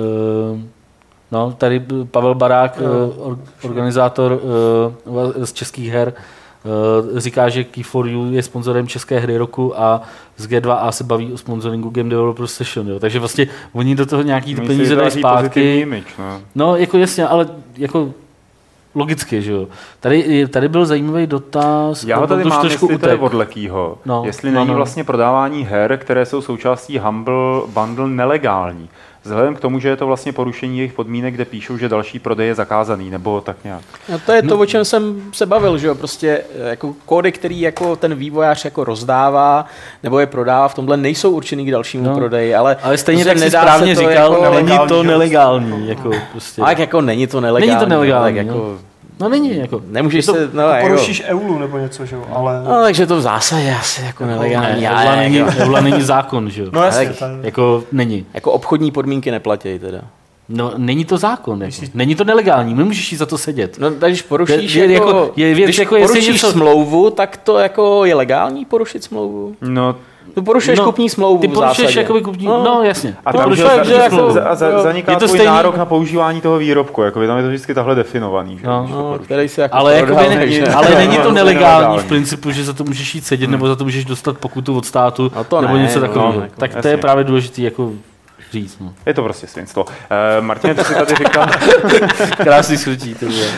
[SPEAKER 3] tady Pavel Barák, organizátor z českých her, říká, že Key4U je sponzorem české hry roku a z G2A se baví o sponsoringu Game Developers Session. Jo. Takže vlastně oni do toho nějaký peníze dají zpátky. No, jako jasně, ale jako logicky, že jo. Tady byl zajímavý dotaz.
[SPEAKER 1] Já ho tady mám, jestli to je od Lekýho. Jestli není vlastně prodávání her, které jsou součástí Humble Bundle, nelegální. Vzhledem k tomu, že je to vlastně porušení jejich podmínek, kde píšou, že další prodej je zakázaný, nebo tak nějak.
[SPEAKER 2] No to je to, o čem jsem se bavil, že jo, prostě jako kódy, který jako ten vývojář jako rozdává, nebo je prodává, v tomhle nejsou určený k dalšímu prodeji, ale
[SPEAKER 3] stejně
[SPEAKER 2] prostě
[SPEAKER 3] tak si správně říkal,
[SPEAKER 2] jako
[SPEAKER 3] není to nelegální, jako prostě.
[SPEAKER 2] Ale jako není to nelegální.
[SPEAKER 3] Není to nelegální,
[SPEAKER 2] jako
[SPEAKER 3] no není, jako.
[SPEAKER 2] Nemůžeš
[SPEAKER 4] to,
[SPEAKER 2] se,
[SPEAKER 4] porušíš EULu nebo něco, že jo, ale...
[SPEAKER 2] No, takže to v zásadě asi jako nelegální.
[SPEAKER 3] EULa není zákon, že jo.
[SPEAKER 4] No jasně.
[SPEAKER 3] Jako není.
[SPEAKER 2] Jako obchodní podmínky neplatí teda.
[SPEAKER 3] No, není to zákon, jako. Není to nelegální, nemůžeš jít za to sedět.
[SPEAKER 2] No, když porušíš,
[SPEAKER 3] když
[SPEAKER 2] porušíš smlouvu, tak to jako je legální porušit smlouvu?
[SPEAKER 1] No,
[SPEAKER 2] ty porušuješ kupní smlouvu.
[SPEAKER 3] Ty porušuješ jakoby kupní, no jasně.
[SPEAKER 1] A tam zaniká tvůj nárok na používání toho výrobku, jakoby tam je to vždycky takhle definovaný. Že?
[SPEAKER 2] Který se jako
[SPEAKER 3] ale není to nelegální v principu, že za to můžeš jít sedět, nebo za to můžeš dostat pokutu od státu, nebo něco takového. Tak to je právě důležité jako říct. No.
[SPEAKER 1] Je to prostě svinstvo. Martin, ty jsi tady říkal...
[SPEAKER 3] Krásný shrnutí.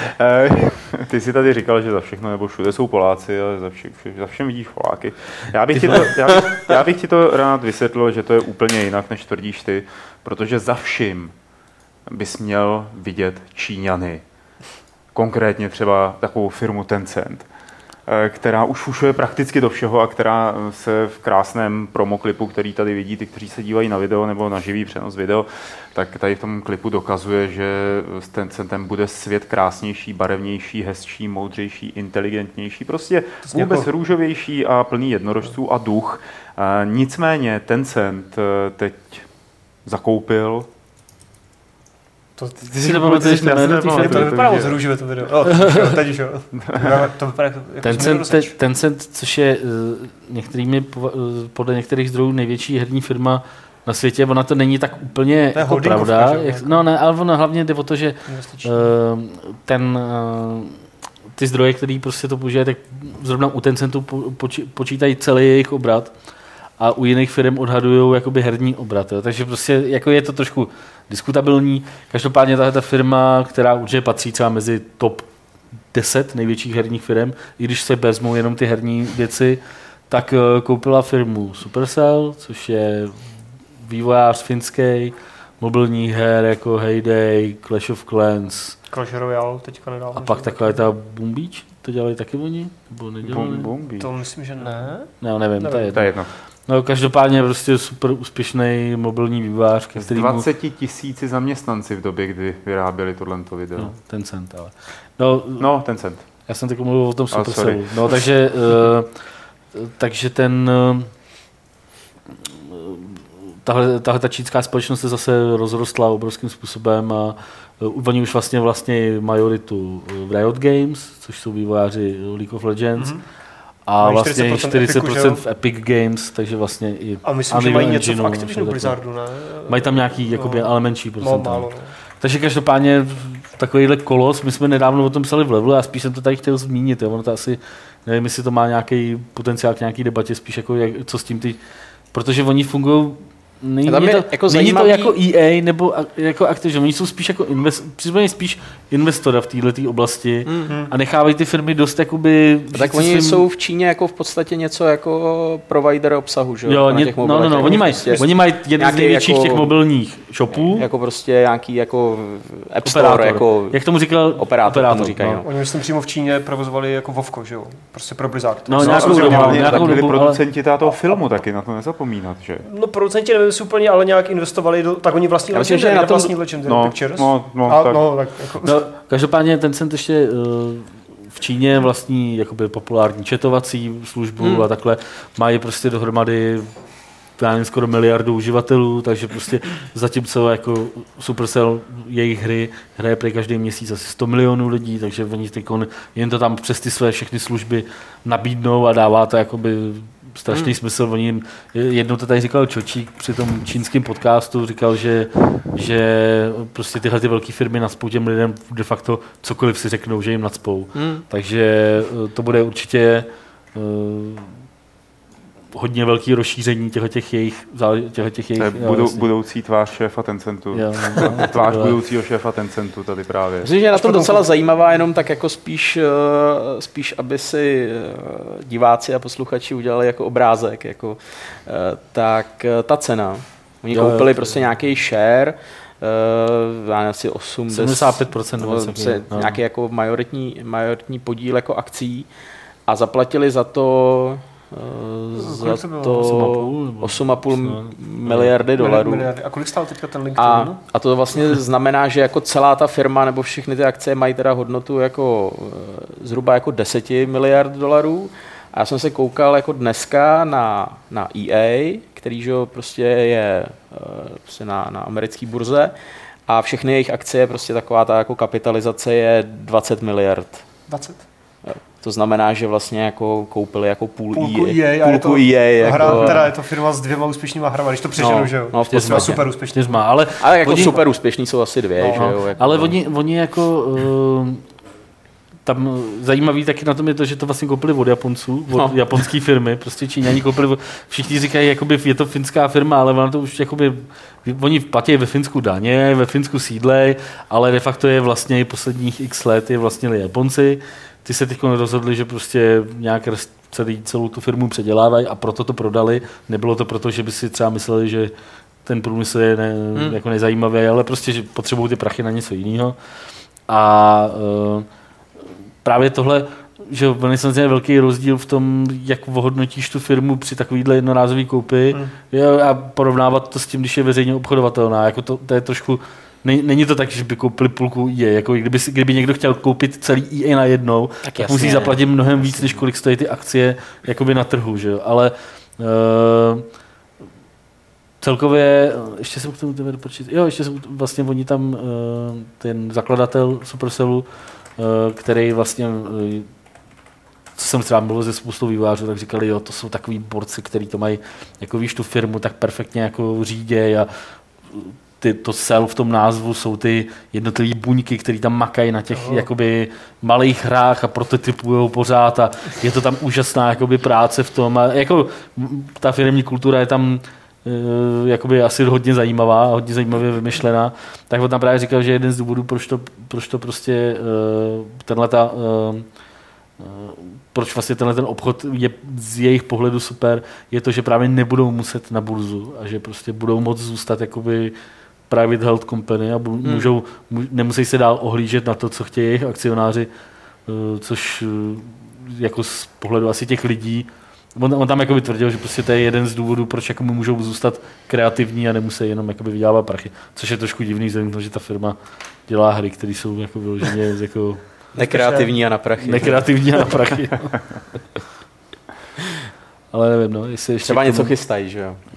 [SPEAKER 1] Ty jsi tady říkal, že za všechno nebo všude jsou Poláci, ale za všem vidíš Poláky. Já bych ti to rád vysvětlil, že to je úplně jinak, než tvrdíš ty, protože za vším bys měl vidět Číňany. Konkrétně třeba takovou firmu Tencent, která už fušuje prakticky do všeho a která se v krásném promoklipu, který tady vidí ty, kteří se dívají na video nebo na živý přenos video, tak tady v tom klipu dokazuje, že s Tencentem bude svět krásnější, barevnější, hezčí, moudřejší, inteligentnější, prostě vůbec růžovější a plný jednorožců a duch. Nicméně Tencent teď zakoupil.
[SPEAKER 3] Ty si nepamatuješ jméno té firmy?
[SPEAKER 4] To vypadá moc růžově to video. Teď už jo. To vypadá jako
[SPEAKER 3] Tencent, což je podle některých zdrojů největší herní firma na světě, ona to není tak úplně jako pravda. No ne, ale ono hlavně jde o to, že ty zdroje, který prostě to používají, tak zrovna u Tencentu počítají celý jejich obrat a u jiných firm odhadují jakoby herní obrat. Jo. Takže prostě jako je to trošku diskutabilní. Každopádně ta firma, která určitě patří třeba mezi top 10 největších herních firm, i když se vezmou jenom ty herní věci, tak koupila firmu Supercell, což je vývojář finský, mobilních her jako Heyday, Clash of Clans.
[SPEAKER 4] Clash Royale teďka nedávno.
[SPEAKER 3] A pak taková ta Boom Beach, to dělali taky oni? Nebo nedělali?
[SPEAKER 4] To myslím, že ne.
[SPEAKER 3] No, nevím. To je jedno. No, každopádně prostě super úspěšný mobilní vývojář.
[SPEAKER 1] S 20 000 zaměstnanci v době, kdy vyráběli tohleto video.
[SPEAKER 3] No, Tencent, ale.
[SPEAKER 1] No, Tencent.
[SPEAKER 3] Já jsem teď mluvil o tom Supercellu. No, takže ten tahle ta čínská společnost se zase rozrostla obrovským způsobem a oni už vlastně majoritu v Riot Games, což jsou vývojáři League of Legends, a vlastně 40% v Epic Games, takže vlastně i
[SPEAKER 4] a myslím, že mají něco v Activision Blizzardu, ne?
[SPEAKER 3] Mají tam nějaký jakoby, ale menší procenta.
[SPEAKER 4] Málo.
[SPEAKER 3] Takže každopádně takovýhle kolos, my jsme nedávno o tom psali v Levelu, a spíš jsem to tady chtěl zmínit, jo. Ono to asi, nevím, jestli to má nějaký potenciál k nějaký debatě, spíš jako co s tím ty, protože oni fungují. Není to jako EA nebo jako Activision, oni jsou spíš jako spíš investora v této oblasti a nechávají ty firmy dost jakoby...
[SPEAKER 2] Tak oni jsou v Číně jako v podstatě něco jako provider obsahu, že jo?
[SPEAKER 3] Oni mají jeden z největších jako, těch mobilních shopů.
[SPEAKER 2] Jako prostě nějaký jako App Store, jako
[SPEAKER 3] jak tomu říkal
[SPEAKER 2] operátor tomu říkají.
[SPEAKER 4] Oni myslím přímo v Číně provozovali jako Vovko, že jo? Prostě pro Blizzard.
[SPEAKER 1] nějakou dobu, producenti toho filmu taky, na to nezapomínat, že?
[SPEAKER 4] No producenti nevím si úplně, ale nějak investovali tak oni vlastní Legendary Pictures.
[SPEAKER 3] Každopádně Tencent ještě v Číně vlastní jakoby populární chatovací službu a takhle mají prostě dohromady skoro 1 miliardu uživatelů, takže prostě zatímco jako Supercell jejich hry hraje prý každý měsíc asi 100 milionů lidí, takže oni jen to tam přes ty své všechny služby nabídnou a dává to jakoby strašný smysl. Oni jednou to tady říkal Čočík při tom čínském podcastu, říkal, že prostě tyhle ty velké firmy nacpou těm lidem de facto cokoliv si řeknou, že jim nacpou. Takže to bude určitě hodně velký rozšíření těch jejich
[SPEAKER 1] budoucí tvář šéfa Tencentu. Tvář budoucího šéfa Tencentu tady právě.
[SPEAKER 2] Myslím, že je na tom docela zajímavá, jenom tak jako spíš aby si diváci a posluchači udělali jako obrázek, jako, tak ta cena. Oni koupili prostě nějaký share, já nevím, asi
[SPEAKER 3] 75%,
[SPEAKER 2] nějaký jako majoritní podíl jako akcí a zaplatili za to 8,5 miliardy dolarů.
[SPEAKER 4] A kolik stál teďka ten link?
[SPEAKER 2] A to vlastně znamená, že jako celá ta firma nebo všechny ty akcie mají teda hodnotu jako zhruba jako 10 miliard dolarů. A já jsem se koukal jako dneska na EA, který že prostě je prostě na americké burze a všechny jejich akcie, prostě taková ta jako kapitalizace je 20 miliard.
[SPEAKER 4] 20?
[SPEAKER 2] To znamená, že vlastně jako koupili jako
[SPEAKER 4] půlku EA
[SPEAKER 2] jako,
[SPEAKER 4] teda je to firma s 2 úspěšnýma hrama, když to přeženu, že jo?
[SPEAKER 2] No,
[SPEAKER 4] to je super úspěšný.
[SPEAKER 2] Ale jako super úspěšný jsou asi 2, že jo?
[SPEAKER 3] Jako, ale oni jako tam zajímavý taky na tom je to, že to vlastně koupili od Japonců, od japonské firmy, prostě Číňani koupili, všichni říkají, jakoby je to finská firma, ale ona to už jakoby, oni platí ve Finsku daně, ve Finsku sídlej, ale de facto je vlastně posledních x let je vlastnili Japonci. Ty se teď rozhodli, že prostě nějak celou tu firmu předělávají a proto to prodali. Nebylo to proto, že by si třeba mysleli, že ten průmysl je jako nezajímavý, ale prostě, že potřebují ty prachy na něco jiného. A právě tohle, že je samozřejmě velký rozdíl v tom, jak ohodnotíš tu firmu při takovýhle jednorázový koupy a porovnávat to s tím, když je veřejně obchodovatelná. Jako to je trošku... Není to tak, že by koupili půlku EA, jako kdyby někdo chtěl koupit celý EA najednou, tak musí zaplatit mnohem víc, než kolik stojí ty akcie jakoby na trhu, že jo? Ale celkově, ještě jsem k tomu dopočít, vlastně oni tam, ten zakladatel Supercellu, který vlastně, co jsem třeba mluvil se spoustou vývojářů, tak říkali, jo, to jsou takový borci, který to mají, jako víš, tu firmu tak perfektně jako říděj a to cell v tom názvu jsou ty jednotlivé buňky, které tam makají na těch jakoby malých hrách a prototypujou pořád a je to tam úžasná jakoby práce v tom a jako ta firemní kultura je tam jakoby asi hodně zajímavá, hodně zajímavě vymyšlená, tak on tam právě říkal, že jeden z důvodů, proč to prostě proč vlastně tenhle ten obchod je z jejich pohledu super, je to, že právě nebudou muset na burzu a že prostě budou moct zůstat jakoby private held company a nemusí se dál ohlížet na to, co chtějí jejich akcionáři, což jako z pohledu asi těch lidí, on tam jako tvrdil, že prostě to je jeden z důvodů, proč jako můžou zůstat kreativní a nemusí jenom jakoby vydělávat prachy, což je trošku divný, vzhledem k tomu, že ta firma dělá hry, které jsou jako vyloženě jako
[SPEAKER 2] nekreativní a na prachy.
[SPEAKER 3] Nekreativní a na prachy. Ale nevím, no, jestli ještě
[SPEAKER 2] třeba něco chystají, že jo?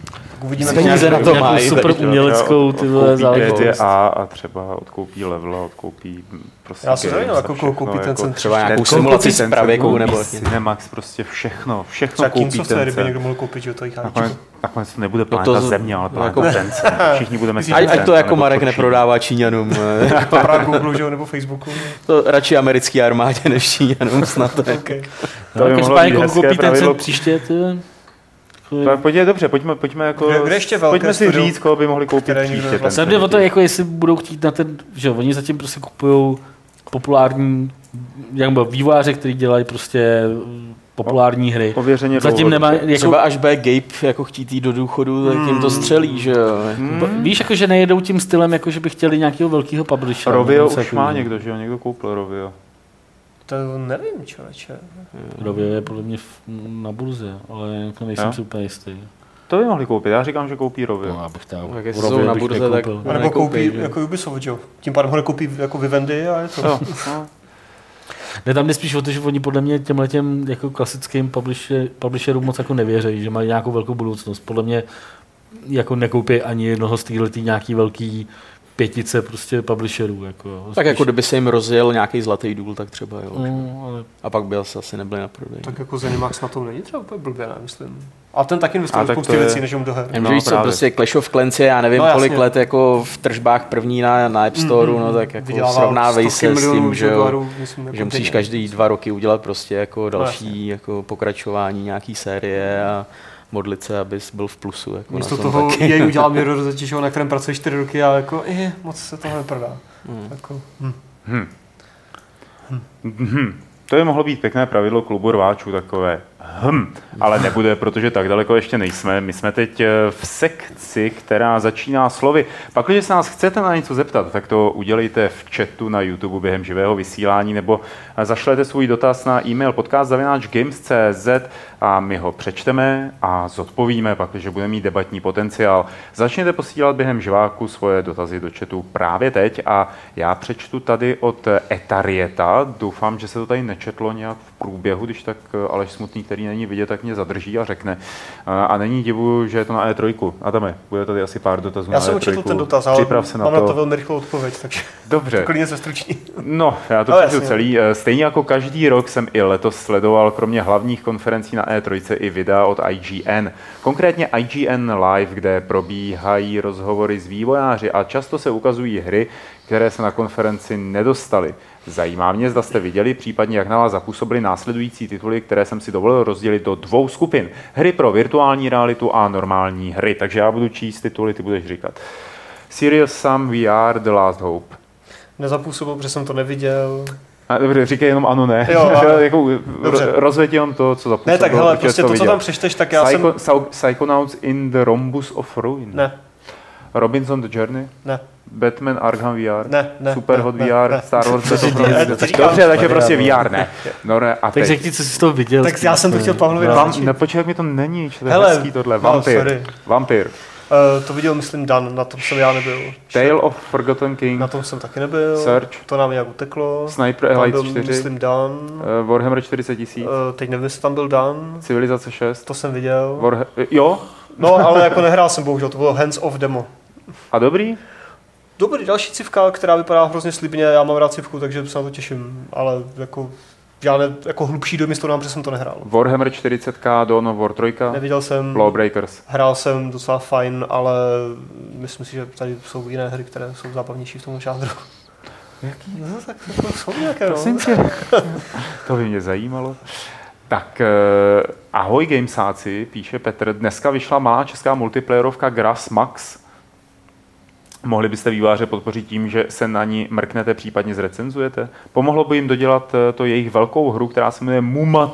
[SPEAKER 4] Tak uvidíme.
[SPEAKER 2] Peníze na to mají.
[SPEAKER 3] Super uměleckou ty vole záležitost.
[SPEAKER 1] A třeba odkoupí level, odkoupí prostě.
[SPEAKER 4] Já se zajímám, jako koho koupí ten cent.
[SPEAKER 2] Třeba nějakou simulaci s pravěkou nebo
[SPEAKER 1] Cinemax, prostě všechno
[SPEAKER 4] třeba
[SPEAKER 1] koupí
[SPEAKER 4] King's Software,
[SPEAKER 1] ten
[SPEAKER 4] by někdo mohl koupit, že to jich
[SPEAKER 1] Nakonec to nebude planeta Země, ale planeta Tencent. Všichni budeme
[SPEAKER 2] ať to jako Marek neprodává Číňanům.
[SPEAKER 4] Právě Google, že, nebo Facebooku.
[SPEAKER 2] To radši americký armádě než Číňanům snad.
[SPEAKER 4] Okay.
[SPEAKER 1] To by mohlo být hezké
[SPEAKER 3] koupí ten
[SPEAKER 1] pravidlo.
[SPEAKER 3] cent příště, ty.
[SPEAKER 1] Pojďme dobře, pojďme jako...
[SPEAKER 4] Kde ještě velké
[SPEAKER 1] pojďme si říct, koho by mohli koupit příště.
[SPEAKER 3] Vlastně jde o to, jako jestli budou chtít na ten, že oni zatím prostě kupují populární vývojáře, kteří dělají prostě populární hry.
[SPEAKER 1] Ověřeně
[SPEAKER 3] zatím nemá, jako,
[SPEAKER 2] třeba až bude Gabe jako chtít jít do důchodu, tak jim to střelí, že jo.
[SPEAKER 3] Víš, jako, že nejedou tím stylem, jako, že by chtěli nějakého velkého publishera.
[SPEAKER 1] Rovio už má někdo, že jo? Někdo koupil Rovio.
[SPEAKER 4] To nevím, člověče.
[SPEAKER 3] Rovio je podle mě na burze, ale jako nejsem si úplně jistý.
[SPEAKER 1] To by mohli koupit, já říkám, že koupí Rovio.
[SPEAKER 3] No, abych tam
[SPEAKER 2] tak jestli jsou na burze, tak
[SPEAKER 4] a nebo koupí jako Ubisoft, jo. Tím pádem ho nekoupí jako Vivendi a je to.
[SPEAKER 1] Jo,
[SPEAKER 3] Ne, tam jde spíš o to, že oni podle mě těmhletěm jako klasickým publisherům moc jako nevěří, že mají nějakou velkou budoucnost. Podle mě jako nekoupí ani jednoho z této nějaký velký pětice prostě publisherů. Jako,
[SPEAKER 2] tak jako kdyby se jim rozjel nějaký zlatý důl, tak třeba jo.
[SPEAKER 3] No, ale...
[SPEAKER 2] A pak by asi nebyli na prodej.
[SPEAKER 4] Tak jako Zenimax na tom není třeba úplně blbě, ne, myslím. A ten taky investuje spousty věcí, než jim do her.
[SPEAKER 2] No, víš co, prostě Clash of Clans je, já nevím, kolik let jako v tržbách první na App Store, no tak jako srovnávej se s tím, že jo, že musíš každý 2 roky udělat prostě jako další jako pokračování nějaký série a modlit se, abys byl v plusu. Jako
[SPEAKER 4] místo toho jej udělal Mirror Zatišeho, na kterém pracuje 4 roky a jako moc se toho neprodá. Jako,
[SPEAKER 1] To by mohlo být pěkné pravidlo klubu rváčů, takové ale nebude, protože tak daleko ještě nejsme. My jsme teď v sekci, která začíná slovy. Pak, když se nás chcete na něco zeptat, tak to udělejte v chatu na YouTube během živého vysílání, nebo zašlete svůj dotaz na e-mail podcast@games.cz a my ho přečteme a zodpovíme, pak, když bude mít debatní potenciál. Začněte posílat během živáku svoje dotazy do chatu právě teď a já přečtu tady od Etarieta. Doufám, že se to tady nečetlo nějak v průběhu, když tak Aleš Smutný, který není vidět, tak mě zadrží a řekne. A není divu, že je to na E3. Adame, bude tady asi pár dotazů na E3.
[SPEAKER 4] Já jsem učil ten dotaz, ale mám na to velmi rychlou odpověď, takže
[SPEAKER 1] dobře.
[SPEAKER 4] to klidně se struční.
[SPEAKER 1] No, já to přečtu celý. Stejně jako každý rok jsem i letos sledoval kromě hlavních konferencí na E3 i videa od IGN. Konkrétně IGN Live, kde probíhají rozhovory s vývojáři a často se ukazují hry, které se na konferenci nedostaly. Zajímá mě, zda jste viděli, případně jak na vás zapůsobily následující tituly, které jsem si dovolil rozdělit do 2 skupin. Hry pro virtuální realitu a normální hry. Takže já budu číst tituly, ty budeš říkat. Serious Sam VR The Last Hope.
[SPEAKER 4] Nezapůsobil, protože jsem to neviděl.
[SPEAKER 1] Dobře, říkej jenom ano, ne.
[SPEAKER 4] Jo,
[SPEAKER 1] jako, rozvěď jenom to, co zapůsobil.
[SPEAKER 4] Ne, tak hele, prostě to, co tam přečteš, tak já jsem...
[SPEAKER 1] Psychonauts in the Rhombus of Ruin.
[SPEAKER 4] Ne.
[SPEAKER 1] Robinson the Journey.
[SPEAKER 4] Ne.
[SPEAKER 1] Batman Arkham VR.
[SPEAKER 4] Ne.
[SPEAKER 1] Superhot VR.
[SPEAKER 4] Ne.
[SPEAKER 1] Star Wars Dobře, takže prostě VR ne. No, ne a
[SPEAKER 3] tak řekni, co jsi z toho viděl.
[SPEAKER 4] Tak já jsem to chtěl Pavlovi naznačit.
[SPEAKER 1] Nepočkej, jak mi to není, to je hezký tohle. Vampir.
[SPEAKER 4] To viděl, myslím, Dan, na tom jsem já nebyl.
[SPEAKER 1] Tale of Forgotten King.
[SPEAKER 4] Na tom jsem taky nebyl.
[SPEAKER 1] Search.
[SPEAKER 4] To nám nějak uteklo.
[SPEAKER 1] Sniper Elite 4.
[SPEAKER 4] Myslím, Dan.
[SPEAKER 1] Warhammer 40 000.
[SPEAKER 4] Teď nevím, jestli tam byl Dan.
[SPEAKER 1] Civilizace 6.
[SPEAKER 4] To jsem viděl.
[SPEAKER 1] Jo?
[SPEAKER 4] No, ale jako nehrál jsem, bohužel, to bylo hands off demo.
[SPEAKER 1] A dobrý?
[SPEAKER 4] Dobrý, další civka, která vypadá hrozně slibně, já mám rád civku, takže se na to těším, ale jako žádné jako hlubší dojmy z toho nám, protože jsem to nehrál.
[SPEAKER 1] Warhammer 40K, Dawn of War 3.
[SPEAKER 4] Neviděl jsem.
[SPEAKER 1] Lawbreakers.
[SPEAKER 4] Hrál jsem docela fajn, ale myslím si, že tady jsou jiné hry, které jsou zábavnější v tom žánru.
[SPEAKER 1] Jaký?
[SPEAKER 4] No, tak jsou nějaké,
[SPEAKER 1] prosím tě. To by mě zajímalo. Tak ahoj gamesáci, píše Petr. Dneska vyšla malá česká multiplayerovka Grass Max. Mohli byste vývojáře podpořit tím, že se na ní mrknete, případně zrecenzujete? Pomohlo by jim dodělat to jejich velkou hru, která se jmenuje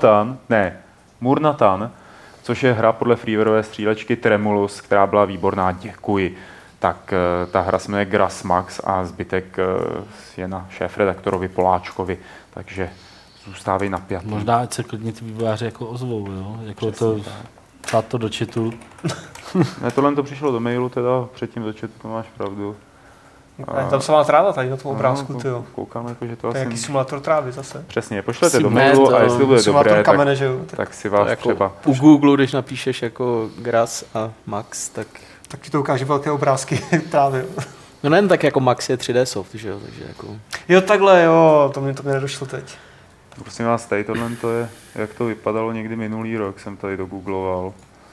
[SPEAKER 1] Murnatan, což je hra podle freewareové střílečky Tremulus, která byla výborná, děkuji. Tak ta hra se jmenuje Grass Max a zbytek je na šéfredaktorovi Poláčkovi, takže zůstávej napjatý.
[SPEAKER 3] Možná ať se klidně ty vývojáři jako ozvou, jo? Jako to, dát to do chatu.
[SPEAKER 1] Ne, tohle to přišlo do mailu, teda předtím do chatu, to máš pravdu.
[SPEAKER 4] Tam se má tráva tady na tom obrázku, tyjo.
[SPEAKER 1] Koukám, jako, že to
[SPEAKER 4] To je
[SPEAKER 1] asi...
[SPEAKER 4] jaký simulátor trávy zase.
[SPEAKER 1] Přesně, pošlete do
[SPEAKER 2] Simulátor-
[SPEAKER 1] mailu a jestli bude dobré,
[SPEAKER 4] kamene, že jo?
[SPEAKER 1] tak si vás
[SPEAKER 2] jako
[SPEAKER 1] třeba...
[SPEAKER 2] u Google, když napíšeš jako Gras a Max, tak...
[SPEAKER 4] Tak ti to ukáže velké obrázky trávy.
[SPEAKER 2] No nejen tak jako Max je 3D soft, že jo, takže jako...
[SPEAKER 4] Jo, takhle, jo, to mě nedošlo teď.
[SPEAKER 1] Prosím vás, tady tohle to je, jak to vypadalo někdy minulý rok, jsem tady dogoogloval.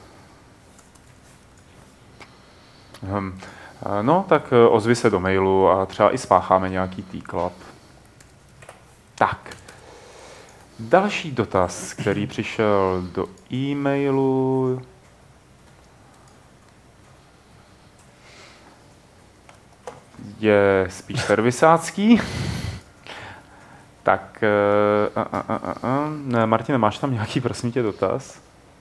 [SPEAKER 1] No, tak ozvi se do mailu a třeba i spácháme nějaký T-Club. Tak. Další dotaz, který přišel do e-mailu. Je spíš servisácký. Tak, Martine, máš tam nějaký, prosím tě, dotaz?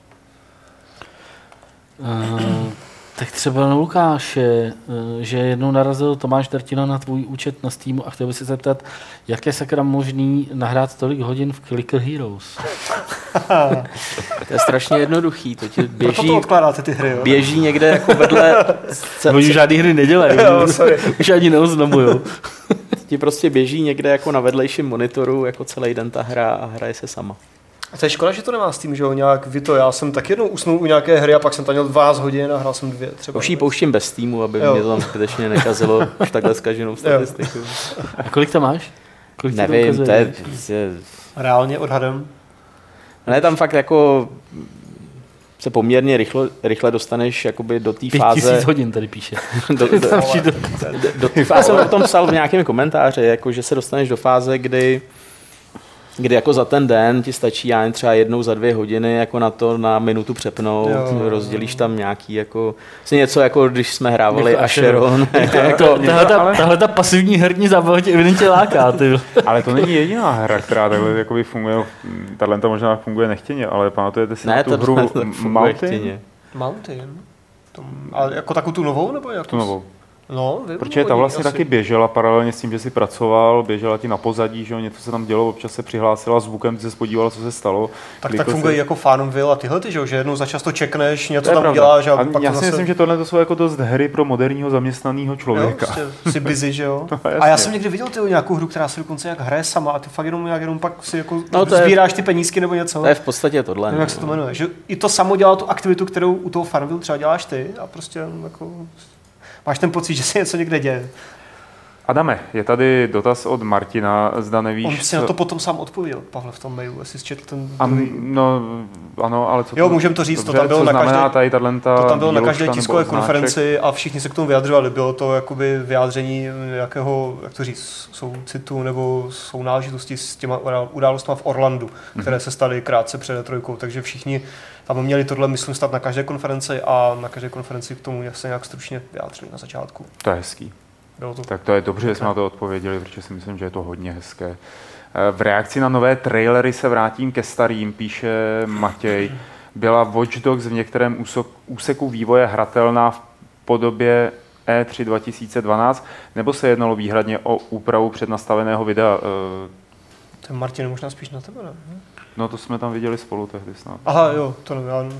[SPEAKER 3] Tak třeba na Lukáše, že jednou narazil Tomáš Drtina na tvůj účet na Steamu a chtěl by se zeptat, jak je sakra možný nahrát tolik hodin v Clicker Heroes?
[SPEAKER 2] To je strašně jednoduchý, to ti
[SPEAKER 4] Proto
[SPEAKER 2] běží,
[SPEAKER 4] to odkládáte ty hry, jo?
[SPEAKER 2] běží někde jako vedle...
[SPEAKER 3] Oni žádný hry nedělají,
[SPEAKER 4] Jo, sorry.
[SPEAKER 3] už ani neoznamujou.
[SPEAKER 2] Ti prostě běží někde jako na vedlejším monitoru jako celý den ta hra a hraje se sama.
[SPEAKER 4] A to je škoda, že to nemá s tím, že jo, nějak vy to. Já jsem tak jednou usnul u nějaké hry a pak jsem tam měl 12 hodin a hrál jsem 2 třeba.
[SPEAKER 2] Už ji pouštím bez Steamu, aby
[SPEAKER 4] Jo.
[SPEAKER 2] mě to tam skutečně nekazilo už takhle zkaženou statistiku.
[SPEAKER 3] A kolik tam máš? Kolik ti to
[SPEAKER 2] Nevím,
[SPEAKER 3] ukazuje?
[SPEAKER 2] to je prostě...
[SPEAKER 4] Reálně odhadem.
[SPEAKER 2] Ne, tam fakt jako se poměrně rychle dostaneš jakoby do té fáze...
[SPEAKER 3] 5000 hodin tady píše.
[SPEAKER 2] Já jsem o tom psal v nějakém komentáři, jako, že se dostaneš do fáze, kdy jako za ten den ti stačí já jen třeba jednou za 2 hodiny jako na to na minutu přepnout,
[SPEAKER 4] Jo.
[SPEAKER 2] rozdělíš tam nějaký jako, vlastně něco jako když jsme hrávali
[SPEAKER 3] Jako
[SPEAKER 2] Acheron.
[SPEAKER 3] Tahle ta pasivní herní zábava tě evidentně láká. Ty.
[SPEAKER 1] Ale to není jediná hra, která takhle jakoby funguje, tahle možná funguje nechtěně, ale pamatujete si na tu hru Mountain?
[SPEAKER 4] Mountain? Ale jako takovou tu novou, nebo jak?
[SPEAKER 1] Tu novou.
[SPEAKER 4] No,
[SPEAKER 1] Protože ta vlastně taky běžela paralelně s tím, že si pracoval, běžela ti na pozadí, že jo, něco se tam dělo, občas se přihlásila zvukem, ty se podívala, co se stalo.
[SPEAKER 4] Tak funguje jako Farmville a tyhle, že jo, že jednou za čas to čekneš, něco
[SPEAKER 1] To je
[SPEAKER 4] tam
[SPEAKER 1] pravda.
[SPEAKER 4] uděláš a pak
[SPEAKER 1] já
[SPEAKER 4] to
[SPEAKER 1] si
[SPEAKER 4] zase...
[SPEAKER 1] myslím, že tohle to jsou jako dost hry pro moderního zaměstnaného
[SPEAKER 4] Jo,
[SPEAKER 1] člověka.
[SPEAKER 4] prostě jsi busy, že jo?
[SPEAKER 1] No,
[SPEAKER 4] A já
[SPEAKER 1] jasně.
[SPEAKER 4] jsem někdy viděl nějakou hru, která se dokonce jak hraje sama a ty fakt jenom pak si jako
[SPEAKER 2] No, to je-
[SPEAKER 4] sbíráš ty penízky nebo něco.
[SPEAKER 2] To je v podstatě tohle.
[SPEAKER 4] Nevím, jak se to jmenuje. Že i to samo dělá tu aktivitu, kterou u toho Farmville třeba děláš ty a prostě jako... Máš ten pocit, že se něco někde děje.
[SPEAKER 1] Adame, je tady dotaz od Martina, zda nevíš,
[SPEAKER 4] On si na to potom sám odpověděl, Pavle, v tom mailu, jestli jsi četl ten druhý.
[SPEAKER 1] No, ano, ale co
[SPEAKER 4] Jo, můžem to říct,
[SPEAKER 1] dobře,
[SPEAKER 4] to tam bylo
[SPEAKER 1] co
[SPEAKER 4] na
[SPEAKER 1] znamená
[SPEAKER 4] každé-
[SPEAKER 1] tady tato
[SPEAKER 4] To tam bylo na
[SPEAKER 1] výložka
[SPEAKER 4] každé
[SPEAKER 1] nebo
[SPEAKER 4] tiskové
[SPEAKER 1] odznáček?
[SPEAKER 4] konferenci a všichni se k tomu vyjadřovali. Bylo to jakoby vyjádření nějakého, jak to říct, soucitu nebo sounáležitosti s těma událostmi v Orlandu, které se staly krátce před trojkou, takže všichni tam měli tohle, myslím, stát na každé konferenci a na každé konferenci k tomu se nějak stručně vyjádřili na začátku.
[SPEAKER 1] To je hezký.
[SPEAKER 4] Bylo to
[SPEAKER 1] Tak to je dobře, že jsme na to odpověděli, protože si myslím, že je to hodně hezké. V reakci na nové trailery se vrátím ke starým, píše Matěj. Byla Watch Dogs v některém úseku vývoje hratelná v podobě E3 2012, nebo se jednalo výhradně o úpravu přednastaveného videa?
[SPEAKER 4] Ten Martin možná spíš na tebe, ne?
[SPEAKER 1] No to jsme tam viděli spolu tehdy snad.
[SPEAKER 4] Aha, jo, to nevím, já...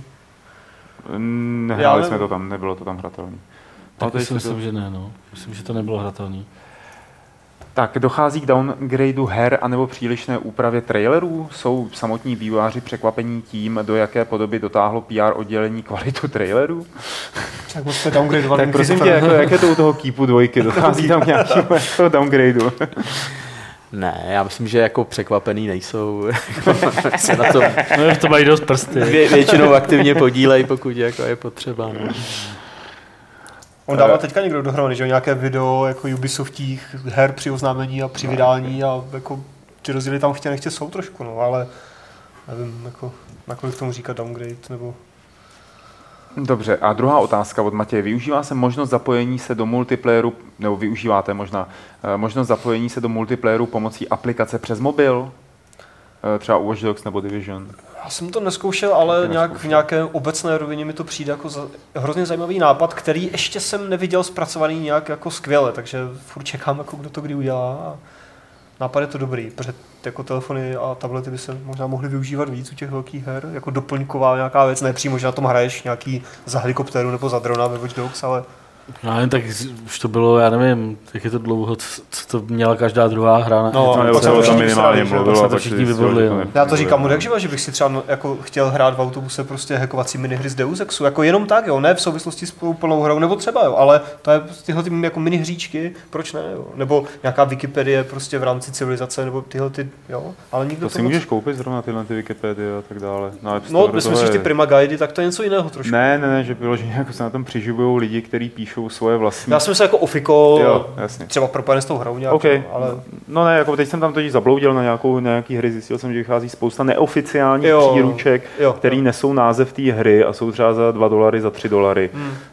[SPEAKER 1] Nehráli
[SPEAKER 4] Já
[SPEAKER 1] jsme
[SPEAKER 4] nevím.
[SPEAKER 1] to tam, nebylo to tam hratelné.
[SPEAKER 3] Tak si myslím, že ne, no. Myslím, že to nebylo hratelný.
[SPEAKER 1] Tak dochází k downgradeu her anebo přílišné úpravě trailerů? Jsou samotní vývojáři překvapení tím, do jaké podoby dotáhlo PR oddělení kvalitu trailerů?
[SPEAKER 4] Tak moc jsme downgradovali.
[SPEAKER 1] Tak prosím tě, jako, jak je to u toho Keepu 2? Dochází tam k nějakému jako downgradeu?
[SPEAKER 2] Ne, já myslím, že jako překvapený nejsou. Se na tom
[SPEAKER 3] No, to mají dost prsty.
[SPEAKER 2] většinou aktivně podílej, pokud jako je potřeba. No.
[SPEAKER 4] On dává teďka někdo dohromady, že nějaké video jako Ubisoftích her při oznámení a při vydání a jako ty rozdíly tam chtě nechtě jsou trošku, no, ale nevím, jako nakolik tomu říkat downgrade, nebo...
[SPEAKER 1] Dobře, a druhá otázka od Matěje. Využívá se možnost zapojení se do multiplayeru, nebo využíváte možná, možnost zapojení se do multiplayeru pomocí aplikace přes mobil? Třeba u Watch Dogs nebo Division?
[SPEAKER 4] Já jsem to neskoušel, ale nějak v nějaké obecné rovině mi to přijde jako hrozně zajímavý nápad, který ještě jsem neviděl zpracovaný nějak jako skvěle, takže furt čekám, jako kdo to kdy udělá. A nápad je to dobrý, protože jako telefony a tablety by se možná mohly využívat víc u těch velkých her, jako doplňková nějaká věc, ne přímo, že na tom hraješ nějaký za helikoptéru nebo za drona ve Watch Dogs, ale
[SPEAKER 3] Já nevím, tak už to bylo, já nevím, jak je to dlouho, co to měla každá druhá hra.
[SPEAKER 1] No, to minimálně mluvilo.
[SPEAKER 3] To všichni vyvodli.
[SPEAKER 4] Já to říkám, jakživa, že bych si třeba jako chtěl hrát v autobuse prostě hackovací minihry z Deus Exu, jako jenom tak, jo, ne v souvislosti s plnou hrou, nebo třeba, jo, ale to je tyhle ty jako minihříčky, proč ne, jo, nebo nějaká Wikipedie prostě v rámci civilizace, nebo tyhle ty, jo, ale nikdo
[SPEAKER 1] to si můžeš koupit zrovna tyhle ty Wikipedie a tak dále.
[SPEAKER 4] No, myslíš ty Prima Guidy, tak to je něco jiného trošku.
[SPEAKER 1] Ne, že bylo, že jako se na tom přiživují lidi, kteří píšou svoje vlastní.
[SPEAKER 4] Já jsem se jako ofiko,
[SPEAKER 1] jo,
[SPEAKER 4] třeba propojený s tou hrou nějak,
[SPEAKER 1] okay.
[SPEAKER 4] ale...
[SPEAKER 1] No ne, jako teď jsem tam totiž zabloudil na nějaký hry, zjistil jsem, že vychází spousta neoficiálních příruček, který nesou název té hry a jsou třeba za $2, za $3.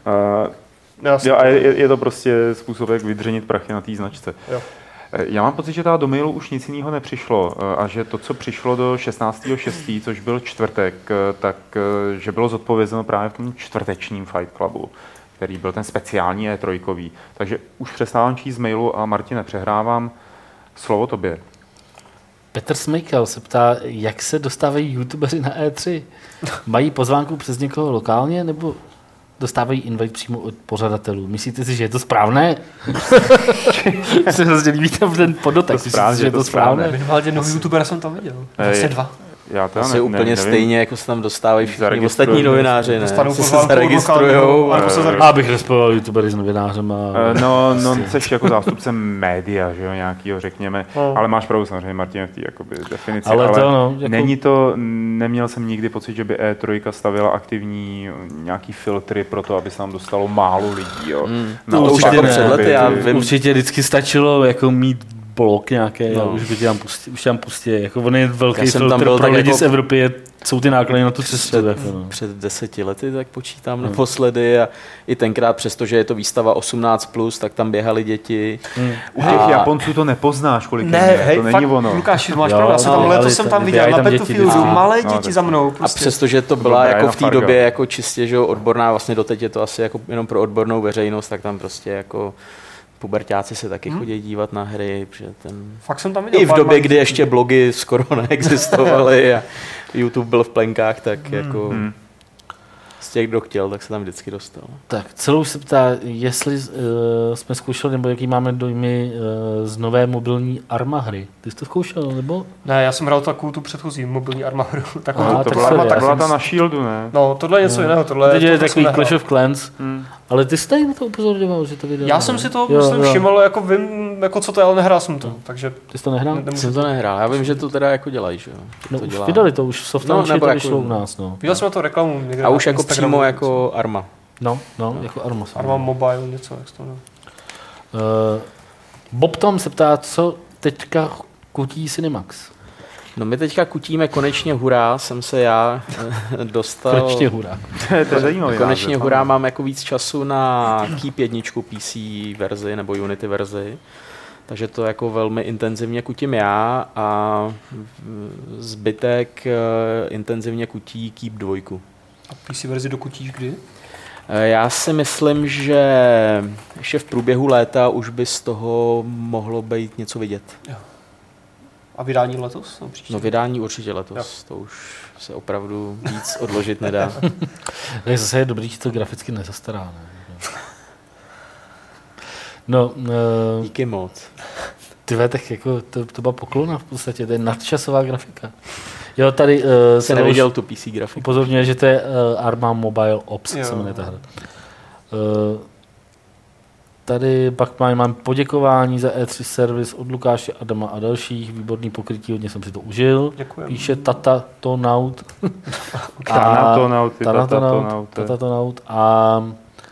[SPEAKER 1] A je to prostě způsob, jak vydřenit prachy na té značce.
[SPEAKER 4] Jo.
[SPEAKER 1] Já mám pocit, že do mailu už nic jiného nepřišlo a že to, co přišlo do 16.6., což byl čtvrtek, tak že bylo zodpovězeno právě v tom čtvrtečním Fight Clubu, který byl ten speciální E3. Takže už přestávám číst z mailu a Martine, přehrávám slovo tobě.
[SPEAKER 3] Petr Smejkal se ptá, jak se dostávají youtubeři na E3? Mají pozvánku přes někoho lokálně, nebo dostávají invite přímo od pořadatelů? Myslíte si, že je to správné? Se hrozně líbí tam ten podotek.
[SPEAKER 1] Myslíte si, že je to správné?
[SPEAKER 4] Minimálně jednoho youtubera jsem tam viděl. Vlastně 2.
[SPEAKER 1] Já to
[SPEAKER 2] asi úplně
[SPEAKER 1] nevím.
[SPEAKER 2] stejně, jako se tam dostávají všichni ostatní novináři, ne?
[SPEAKER 4] Se
[SPEAKER 2] zaregistrujou.
[SPEAKER 3] Abych respektoval youtubery s novinářem.
[SPEAKER 1] No, seš jako zástupce média, že jo, nějakýho, řekněme. Ale máš pravdu samozřejmě, Martin, v té jakoby definici. Ale není to, neměl jsem nikdy pocit, že by E3 stavila aktivní nějaký filtry pro to, aby se tam dostalo málo lidí, jo.
[SPEAKER 2] To už jako před lety, já vím.
[SPEAKER 3] Určitě vždycky stačilo jako mít blok nějaký a už by tě tam pustí. Jako on je velký filtr pro lidi jako z Evropy, jsou ty náklady na tu cestu.
[SPEAKER 2] Před 10 lety tak počítám naposledy a i tenkrát, přestože je to výstava 18+, tak tam běhali děti.
[SPEAKER 1] U těch Japonců to nepoznáš, kolik to není ono.
[SPEAKER 4] Lukáš, máš pravdu, letos jsem tam viděl na Battlefieldu malé děti za mnou.
[SPEAKER 2] Prostě. A přestože to byla jako v té době jako čistě, že odborná, vlastně doteď je to asi jako jenom pro odbornou veřejnost, tak tam prostě jako puberťáci se taky chodí dívat na hry, protože
[SPEAKER 4] fakt jsem tam viděl
[SPEAKER 2] i v době, kdy ještě blogy skoro neexistovaly a YouTube byl v plenkách, tak jako z těch, kdo chtěl, tak se tam vždycky dostal.
[SPEAKER 3] Tak celou se ptá, jestli jsme zkoušeli, nebo jaký máme dojmy z nové mobilní Arma hry. Ty jsi to zkoušel, nebo?
[SPEAKER 4] Ne, já jsem hrál takovou tu předchozí mobilní Arma hru.
[SPEAKER 1] To byla ta na Shieldu, ne?
[SPEAKER 4] No, tohle je něco jiného. Tohle
[SPEAKER 3] je takový Clash of Clans. Ale ty jsi tady na to upozorňoval, že to video.
[SPEAKER 4] Já jsem si to myslím všiml, jako vím, jako co to je, ale nehrál jsem to. Takže
[SPEAKER 3] ty jsi to nehrál?
[SPEAKER 2] Jsem to nehrál. Já vím, že to teda jako dělají, že jo.
[SPEAKER 3] No, už vydali to, už v Softlaunchi to vyšlo u nás, no.
[SPEAKER 4] Viděl jsem na to reklamu někde.
[SPEAKER 2] A už jako přímo jako Arma.
[SPEAKER 3] No, jako Arma.
[SPEAKER 4] Arma Mobile, něco, jak to
[SPEAKER 3] Bob Tom se ptá, co teďka kutí Cinemax.
[SPEAKER 2] No my teďka kutíme konečně hurá, jsem se já dostal.
[SPEAKER 3] Konečně hurá.
[SPEAKER 1] To je zajímavý.
[SPEAKER 2] Konečně hurá, mám jako víc času na Keep 1 PC verzi nebo Unity verzi. Takže to jako velmi intenzivně kutím já a zbytek intenzivně kutí Keep 2.
[SPEAKER 4] A PC verzi dokutíš kdy?
[SPEAKER 2] Já si myslím, že ještě v průběhu léta už by z toho mohlo být něco vidět.
[SPEAKER 4] Jo. A vydání letos?
[SPEAKER 2] No vydání určitě letos, jo. To už se opravdu víc odložit nedá.
[SPEAKER 3] Tak zase je dobrý, že to graficky nezastará. Ne? No,
[SPEAKER 2] díky moc.
[SPEAKER 3] Tyhle, tak jako to byla poklona v podstatě, to je nadčasová grafika. Jo, tady
[SPEAKER 2] jsem neviděl tu PC grafiku.
[SPEAKER 3] Upozorňuje, že to je Arma Mobile Ops, se jmenuje ta hra. Tady pak mám poděkování za E3 servis od Lukáše, Adama a dalších. Výborný pokrytí, hodně jsem si to užil.
[SPEAKER 4] Děkujem.
[SPEAKER 3] Píše Tata Tonaut. A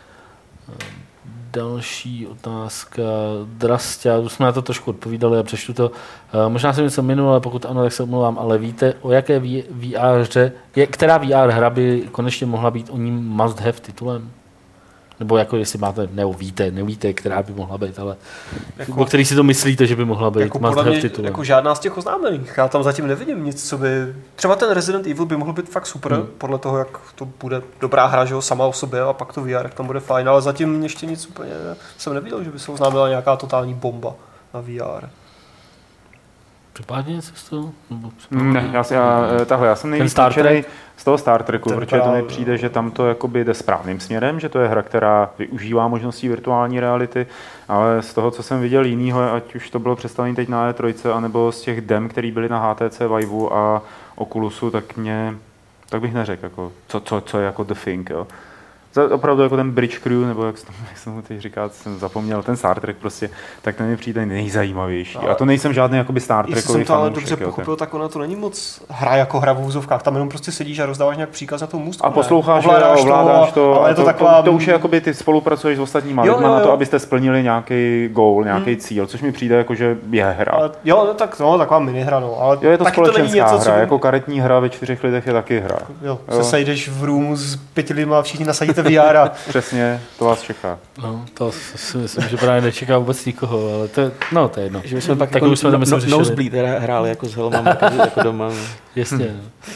[SPEAKER 3] další otázka. Drastia, už jsme na to trošku odpovídali a přečtu to. Možná jsem něco minul, ale pokud ano, tak se omlouvám, ale víte, o jaké VR hře, která VR hra by konečně mohla být o ním must have titulem? Nebo jako jestli máte, nevíte, která by mohla být, ale jako, o který si to myslíte, že by mohla být
[SPEAKER 4] jako
[SPEAKER 3] must have titulem?
[SPEAKER 4] Jako žádná z těch oznámených. Já tam zatím nevidím nic, co by... Třeba ten Resident Evil by mohl být fakt super, podle toho, jak to bude dobrá hra, že ho, sama o sobě a pak to VR, jak tam bude fajn, ale zatím ještě nic úplně jsem neviděl, že by se oznámila nějaká totální bomba na VR.
[SPEAKER 3] Připadně něco z toho?
[SPEAKER 1] Ne, já jsem nejvíc nadšenej z toho Star Treku, protože to mi přijde, že tam to jakoby jde správným směrem, že to je hra, která využívá možností virtuální reality, ale z toho, co jsem viděl jinýho, ať už to bylo představení teď na E3, anebo z těch dem, který byly na HTC Viveu a Oculusu, tak bych neřekl, jako, co je jako The Thing, jo. Opravdu jako ten Bridge Crew, nebo jak se mu teď říká, jsem zapomněl, ten Star Trek prostě, tak ten mi přijde nejzajímavější. A to nejsem žádný jakoby Star Trekový fanoušek.
[SPEAKER 4] Jestli jsem to ale dobře pochopil, tak ona to není moc hra jako hra v úzovkách, tam jenom prostě sedíš a rozdáváš nějak příkaz na tom můstku.
[SPEAKER 1] A posloucháš a ovládáš to,
[SPEAKER 4] ale
[SPEAKER 1] to už je jakoby ty spolupracuješ s ostatníma lidma na to, abyste splnili nějaký goal, nějaký cíl, což mi přijde jako, že je hra.
[SPEAKER 4] Ale, taková minihra, no. Ale
[SPEAKER 1] je to společenská hra, jako karetní hra ve 4 lidech je taky hra.
[SPEAKER 4] Jo, se sejdeš v roomu s 5 lidma a všichni nasadíte VR.
[SPEAKER 1] Přesně, to vás čeká.
[SPEAKER 3] No, to si myslím, že právě nečeká vůbec nikoho, ale to je jedno.
[SPEAKER 2] Že jsme pak jako Nosebleed hráli jako s helmami jako doma.
[SPEAKER 3] Jasně.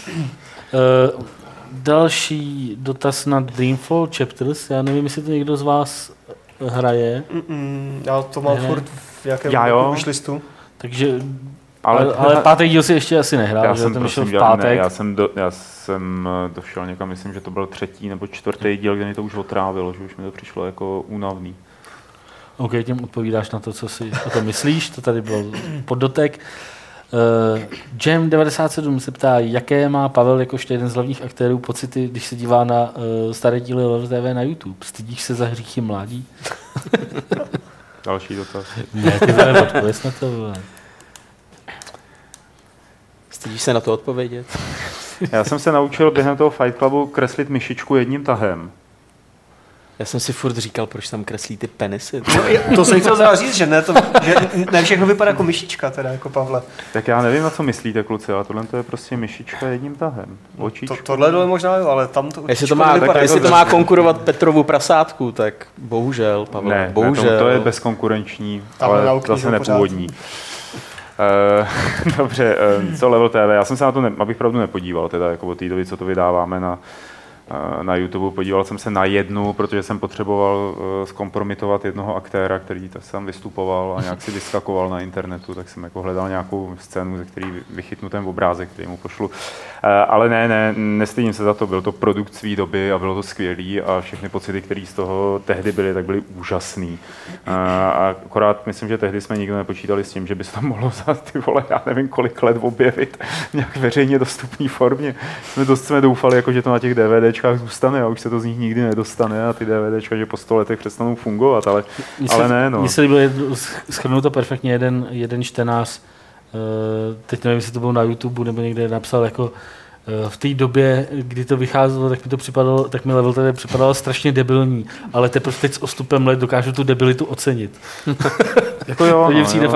[SPEAKER 3] Další dotaz na Dreamfall Chapters. Já nevím, jestli to někdo z vás hraje.
[SPEAKER 4] Já to mám furt v jakém wishlistu.
[SPEAKER 3] Takže ale pátý díl si ještě asi nehrál,
[SPEAKER 1] já
[SPEAKER 3] že
[SPEAKER 1] jsem
[SPEAKER 3] ten vyšel v pátek.
[SPEAKER 1] Ne, já jsem došel někam, myslím, že to byl 3. nebo 4. díl, kde mi to už otrávilo, že už mi to přišlo jako únavný.
[SPEAKER 3] OK, tím odpovídáš na to, co si o tom myslíš, to tady byl poddotek. Jam97 se ptá, jaké má Pavel jakožto jeden z hlavních aktérů pocity, když se dívá na staré díly Level TV na YouTube. Stydíš se za hříchy mládí?
[SPEAKER 1] Další dotaz.
[SPEAKER 3] Ne, ty vole, odpověď na to.
[SPEAKER 2] Stydíš se na to odpovědět?
[SPEAKER 1] Já jsem se naučil během toho Fight Clubu kreslit myšičku jedním tahem.
[SPEAKER 2] Já jsem si furt říkal, proč tam kreslí ty penisy.
[SPEAKER 4] To jsem chtěl říct, že ne všechno vypadá jako myšička, teda jako Pavle.
[SPEAKER 1] Tak já nevím, na co myslíte, kluci, ale tohle to je prostě myšička jedním tahem.
[SPEAKER 4] Tohle je možná, ale tam to
[SPEAKER 2] jestli to má konkurovat Petrovu prasátku, tak bohužel, Pavel,
[SPEAKER 1] ne,
[SPEAKER 2] bohužel.
[SPEAKER 1] Ne, to je bezkonkurenční, ale zase nepůvodní. Dobře, co Level TV? Já jsem se na to, abych pravdu nepodíval, teda jako od té doby, co to vydáváme na YouTube. Podíval jsem se na jednu, protože jsem potřeboval zkompromitovat jednoho aktéra, který tam vystupoval a nějak si vyskakoval na internetu, tak jsem jako hledal nějakou scénu, ze který vychytnu ten obrázek, který mu pošlu. Ale nestydím se za to, byl to produkt své doby a bylo to skvělý a všechny pocity, které z toho tehdy byly, tak byly úžasný. A akorát myslím, že tehdy jsme nikdo nepočítali s tím, že by se to mohlo za ty vole, já nevím kolik let objevit v nějak veřejně dostupné formě. Jsme doufali, jako, že to na těch DVDčkách zůstane a už se to z nich nikdy nedostane a ty DVDčka, že po 100 letech přestanou fungovat, ale ne. No.
[SPEAKER 3] Mně se líbilo, shrnul to perfektně jeden čtenář, teď nevím, jestli to bylo na YouTube nebo někde napsal jako v té době, kdy to vycházelo, tak mi Level TV připadalo strašně debilní, ale teprve teď s odstupem let dokážu tu debilitu ocenit.
[SPEAKER 1] Jako jo,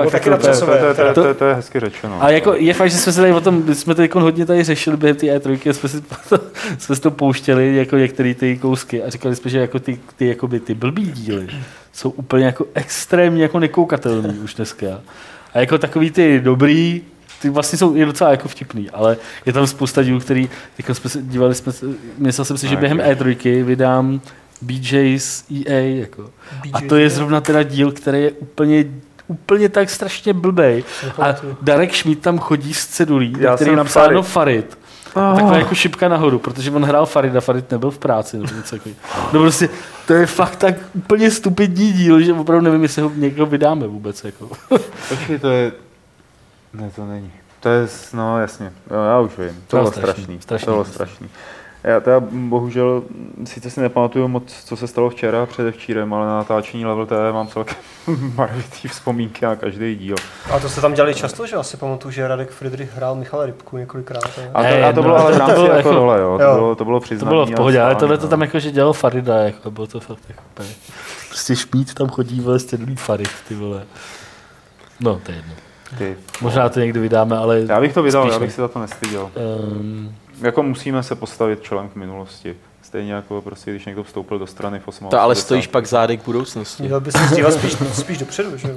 [SPEAKER 1] to je hezky řečeno.
[SPEAKER 3] A jako je fakt, že jsme se tady o tom, jsme to hodně tady řešili během té E3, jsme si to pouštěli, jako některé ty kousky a říkali jsme, že jako ty blbý díly jsou úplně jako extrémně jako nekoukatelný už dneska. A jako takový ty dobrý, ty vlastně jsou i docela jako vtipný, ale je tam spousta dílů, který, jako myslel jsem si, že během E3 vydám BJ's EA, jako. A to je zrovna teda díl, který je úplně tak strašně blbej. A Darek Schmidt tam chodí s cedulí, na který je napsáno Farid. Taková jako šipka nahoru, protože on hrál Farid a Farid nebyl v práci. Nebo něco takový. No prostě, to je fakt tak úplně stupidní díl, že opravdu nevím, jestli ho někdo vydáme vůbec. Jako.
[SPEAKER 1] Počkej, to je... Ne, to není. To je, no jasně, já už vím. To bylo strašný. Já teda bohužel sice si nepamatuju moc, co se stalo včera, předevčírem, ale na natáčení Level TV mám celkem barvitý vzpomínky na každý díl.
[SPEAKER 4] A to jste tam dělali často, že asi pamatuju, že Radek Friedrich hrál Michala Rybku několikrát.
[SPEAKER 1] A to bylo ale v rámci jako role, jo. To bylo přiznání.
[SPEAKER 3] To bylo v pohodě, ale tohle to tam jako, že dělal Farida, jako bylo to fakt jako prostě Šmíd tam chodí, vole, stědlý Farid, ty vole. No, to je jedno. Možná to někdy vydáme, ale...
[SPEAKER 1] Já bych to vydal, já bych si za to nestyděl. Jako musíme se postavit čelem k minulosti. Stejně jako prostě, když někdo vstoupil do strany v 80.
[SPEAKER 2] To ale stojíš pak zády k budoucnosti.
[SPEAKER 4] Měl by se stívat spíš dopředu, že?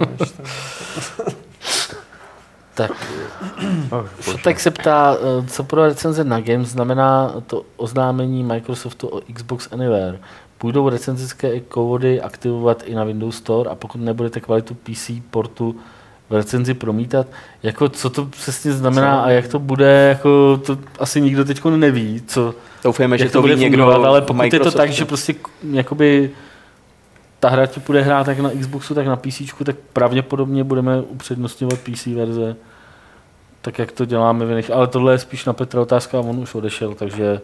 [SPEAKER 3] Tak se ptá, co pro recenze na Games znamená to oznámení Microsoftu o Xbox Anywhere. Půjdou recenzické kódy aktivovat i na Windows Store a pokud nebudete kvalitu PC portu v recenzi promítat. Jako, co to přesně znamená a jak to bude, jako, to asi nikdo teď neví, co,
[SPEAKER 2] doufujeme, že
[SPEAKER 3] jak
[SPEAKER 2] to
[SPEAKER 3] bude
[SPEAKER 2] ví někdo,
[SPEAKER 3] fungovat, ale pokud je to tak,
[SPEAKER 2] ne?
[SPEAKER 3] že prostě jakoby ta hra ti bude hrát tak na Xboxu, tak na PCčku, tak pravděpodobně budeme upřednostňovat PC verze, tak jak to děláme v jiných. Ale tohle je spíš na Petra otázka a on už odešel, takže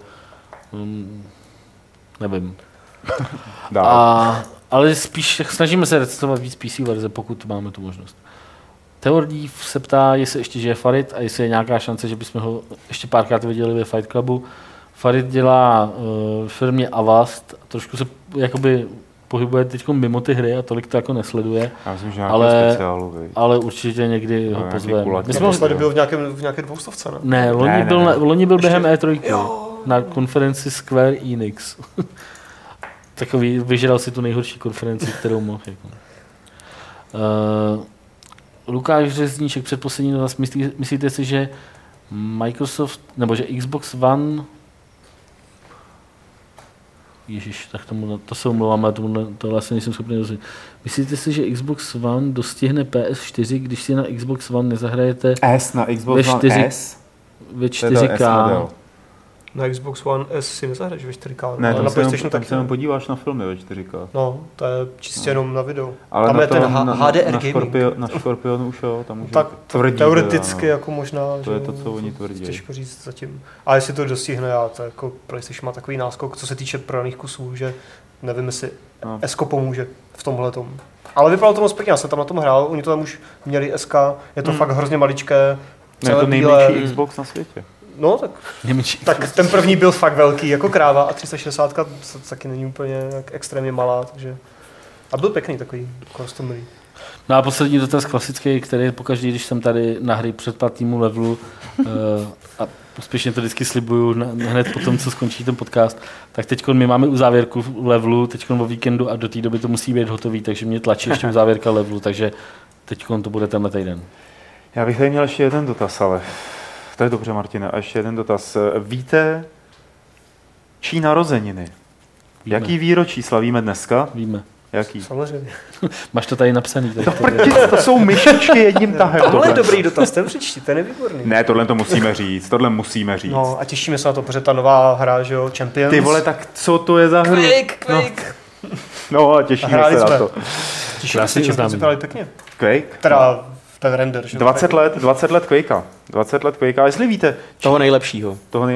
[SPEAKER 3] nevím. Ale spíš snažíme se recenzovat víc PC verze, pokud máme tu možnost. Teordív se ptá, jestli ještě žije Farid a jestli je nějaká šance, že bychom ho ještě párkrát viděli ve Fight Clubu. Farid dělá v firmě Avast, trošku se jakoby pohybuje teď mimo ty hry a tolik to jako nesleduje.
[SPEAKER 1] Já myslím, že
[SPEAKER 3] ale určitě někdy ho pozveme.
[SPEAKER 4] Naposledy byl v nějaké 200, ne?
[SPEAKER 3] Ne, loni byl během E3 na konferenci Square Enix. Takový, vyžral si tu nejhorší konferenci, kterou mohl. Jako. Lukáš Řezníček, předposlední dotaz, myslíte si, že Microsoft, nebo že Xbox One, Ježiš, tak to se omlouvám, ale tohle asi nejsem schopný dozvědět. Myslíte si, že Xbox One dostihne PS4, když si na Xbox One nezahrajete
[SPEAKER 1] na Xbox One S?
[SPEAKER 3] Ve 4K?
[SPEAKER 4] Na Xbox One S si nezahraješ ve 4K.
[SPEAKER 1] Ne, na PlayStationu tam se jenom podíváš na filmy ve 4K.
[SPEAKER 4] No, to je čistě jenom na video.
[SPEAKER 1] Ale
[SPEAKER 4] tam
[SPEAKER 1] na
[SPEAKER 4] je ten HDR gaming.
[SPEAKER 1] Na Scorpionu už jo, tam už
[SPEAKER 4] tak
[SPEAKER 1] tvrdí.
[SPEAKER 4] Teoreticky jako možná,
[SPEAKER 1] to je to, co oni tvrdí.
[SPEAKER 4] Těžko říct zatím. A jestli to dostihne, to jako PlayStation má takový náskok, co se týče prodaných kusů, že nevím, jestli S-ko pomůže v tomhletom. Ale vypadalo to moc pěkně, já jsem tam na tom hrál, oni to tam už měli SK, je to fakt hrozně maličké.
[SPEAKER 1] Je to nejmenší Xbox na světě.
[SPEAKER 4] No, tak ten první byl fakt velký, jako kráva, a 360 taky není úplně extrémně malá, takže... A byl pěkný takový kostumný.
[SPEAKER 3] No a poslední dotaz klasický, který pokaždý, když jsem tady na hry předplatnému levelu a úspěšně to vždycky slibuju hned po tom, co skončí ten podcast, tak teď my máme uzávěrku levelu, teď o víkendu a do té doby to musí být hotový, takže mě tlačí ještě uzávěrka levelu, takže teď to bude tenhle týden.
[SPEAKER 1] Já bych tady měl ještě jeden dotaz, ale... To je dobře, Martine. A ještě jeden dotaz. Víte, čí narozeniny?
[SPEAKER 3] Víme.
[SPEAKER 1] Jaký výročí slavíme dneska?
[SPEAKER 3] Víme.
[SPEAKER 1] Jaký?
[SPEAKER 4] Samozřejmě.
[SPEAKER 3] Máš to tady napsaný.
[SPEAKER 1] To jsou myšičky jedním tahem.
[SPEAKER 4] Tohle je dobrý dotaz, ten přečti, ten je výborný.
[SPEAKER 1] Ne, tohle to musíme říct,
[SPEAKER 4] No a těšíme se na to, protože ta nová hra, že jo, Champions.
[SPEAKER 1] Ty vole, tak co to je za hru?
[SPEAKER 4] Quake.
[SPEAKER 1] No a těšíme se na to.
[SPEAKER 4] Těšíme se, že vypadali pěkně.
[SPEAKER 1] Quake?
[SPEAKER 4] Teda ten render, že
[SPEAKER 1] 20 let Quakea. 20 let Quakea, jestli víte.
[SPEAKER 2] Toho nejlepšího.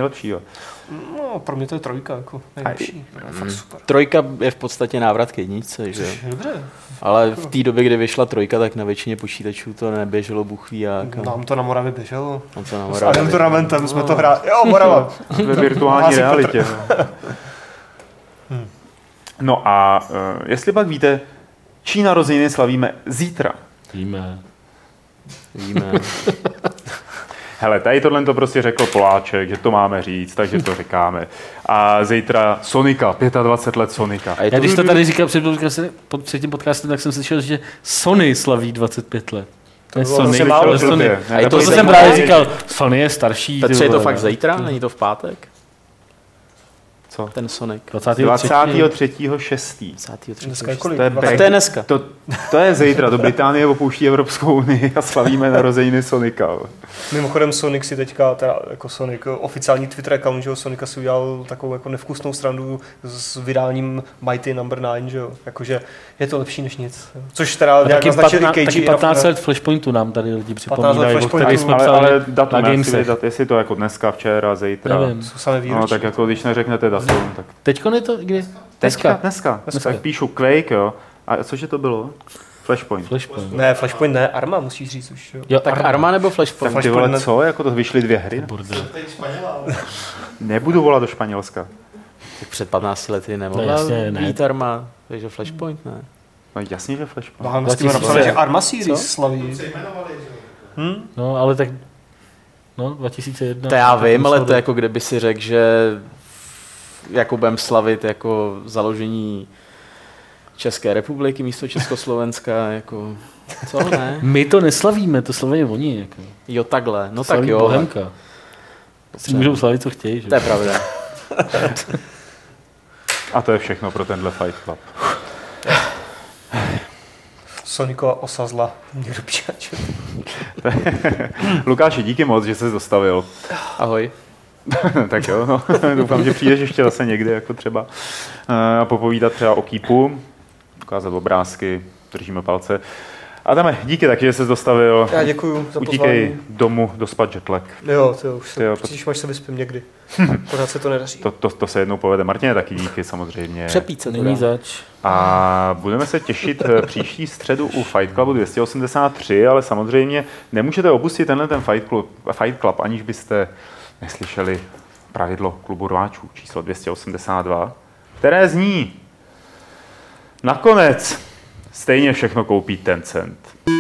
[SPEAKER 4] No, pro mě to je trojka, jako nejlepší. Fakt super.
[SPEAKER 2] Trojka je v podstatě návrat k jedničce, že?
[SPEAKER 4] Dobře.
[SPEAKER 2] Ale v té době, kdy vyšla trojka, tak na většině počítačů to neběželo buchví jak.
[SPEAKER 4] Nám to na Moravě běželo.
[SPEAKER 2] S Adem
[SPEAKER 4] Tournamentem jsme to hráli. Jo, Morava.
[SPEAKER 1] Ve virtuální realitě. No a jestli pak víte, čí narozeniny slavíme zítra?
[SPEAKER 3] Víme.
[SPEAKER 1] Hele, tady tohle to prostě řekl Poláček, že to máme říct, takže to říkáme. A zítra Sonika, 25 let Sonika.
[SPEAKER 3] Já když to tady říkal před tím podcastem, tak jsem slyšel, že Sony slaví 25 let.
[SPEAKER 4] To Sony, málo
[SPEAKER 3] Sony. A to jsem právě říkal, Sony je starší.
[SPEAKER 2] Takže je to fakt zítra, není to v pátek?
[SPEAKER 1] Co?
[SPEAKER 2] Ten Sonic.
[SPEAKER 1] 23.6.
[SPEAKER 4] Dneska je kolik?
[SPEAKER 2] To je dneska.
[SPEAKER 1] To je zítra, to Británie opouští Evropskou unii a slavíme narozeniny Sonika.
[SPEAKER 4] Mimochodem Sonic si teďka, teda jako Sonic, oficiální Twitter account, že jo, Sonika si udělal takovou jako nevkusnou srandu s vydáním Mighty No. 9, že jo, jakože je to lepší než nic. Jo. Což teda nějak naznačil i KG.
[SPEAKER 3] Taky 15 let Flashpointu nám tady lidi připomínají,
[SPEAKER 1] ale datum, jestli to jako dneska, včera, zítra. No tak jako když neřeknete datum, tak...
[SPEAKER 3] Teďko je to kdy?
[SPEAKER 1] Dneska. Tak píšu Quake, jo. A cože to bylo? Flashpoint.
[SPEAKER 4] Ne, Flashpoint ne, Arma musíš říct už. Jo.
[SPEAKER 2] Tak Arma nebo Flashpoint?
[SPEAKER 1] Tak ty vole, co? Jako to vyšly 2 hry? Nebudu volat do Španělska.
[SPEAKER 2] Tak před 15 lety nemohla být Arma, takže Flashpoint ne.
[SPEAKER 1] No jasně, že Flashpoint.
[SPEAKER 4] Vám s tím napsali, že Arma Series slaví.
[SPEAKER 3] No, ale tak... No, 2001.
[SPEAKER 2] To já vím, ale to je jako kdyby si řekl, že jako budeme slavit jako založení České republiky místo Československa, jako co ne?
[SPEAKER 3] My to neslavíme, to slaví oni. Jako.
[SPEAKER 2] Jo, takhle, no
[SPEAKER 3] slaví
[SPEAKER 2] tak jo.
[SPEAKER 3] Bohemka. Si můžou slavit, co chtějí. Že?
[SPEAKER 2] To je pravda.
[SPEAKER 1] A to je všechno pro tenhle Fight Club.
[SPEAKER 4] Sonikova osa zla. Někdo píše.
[SPEAKER 1] Lukáši, díky moc, že jsi dostavil.
[SPEAKER 2] Ahoj.
[SPEAKER 1] Tak jo, no. Doufám, že přijdeš ještě zase někdy, jako třeba a popovídat třeba o Keepu, ukázat obrázky, držíme palce. Adame, díky taky, že jsi dostavil.
[SPEAKER 4] Já děkuju za pozvání.
[SPEAKER 1] Utíkej domů, dospat jetlag.
[SPEAKER 4] Jo, to už příště, až se vyspím někdy. Pořád se to nedaří.
[SPEAKER 1] To se jednou povede. Martine, taky díky samozřejmě.
[SPEAKER 2] Přepít se
[SPEAKER 3] Není zač.
[SPEAKER 1] A budeme se těšit příští středu u Fight Clubu 283, ale samozřejmě nemůžete opustit tenhle ten Fight Club, aniž byste neslyšeli pravidlo klubu rváčů číslo 282, které zní: nakonec stejně všechno koupí Tencent.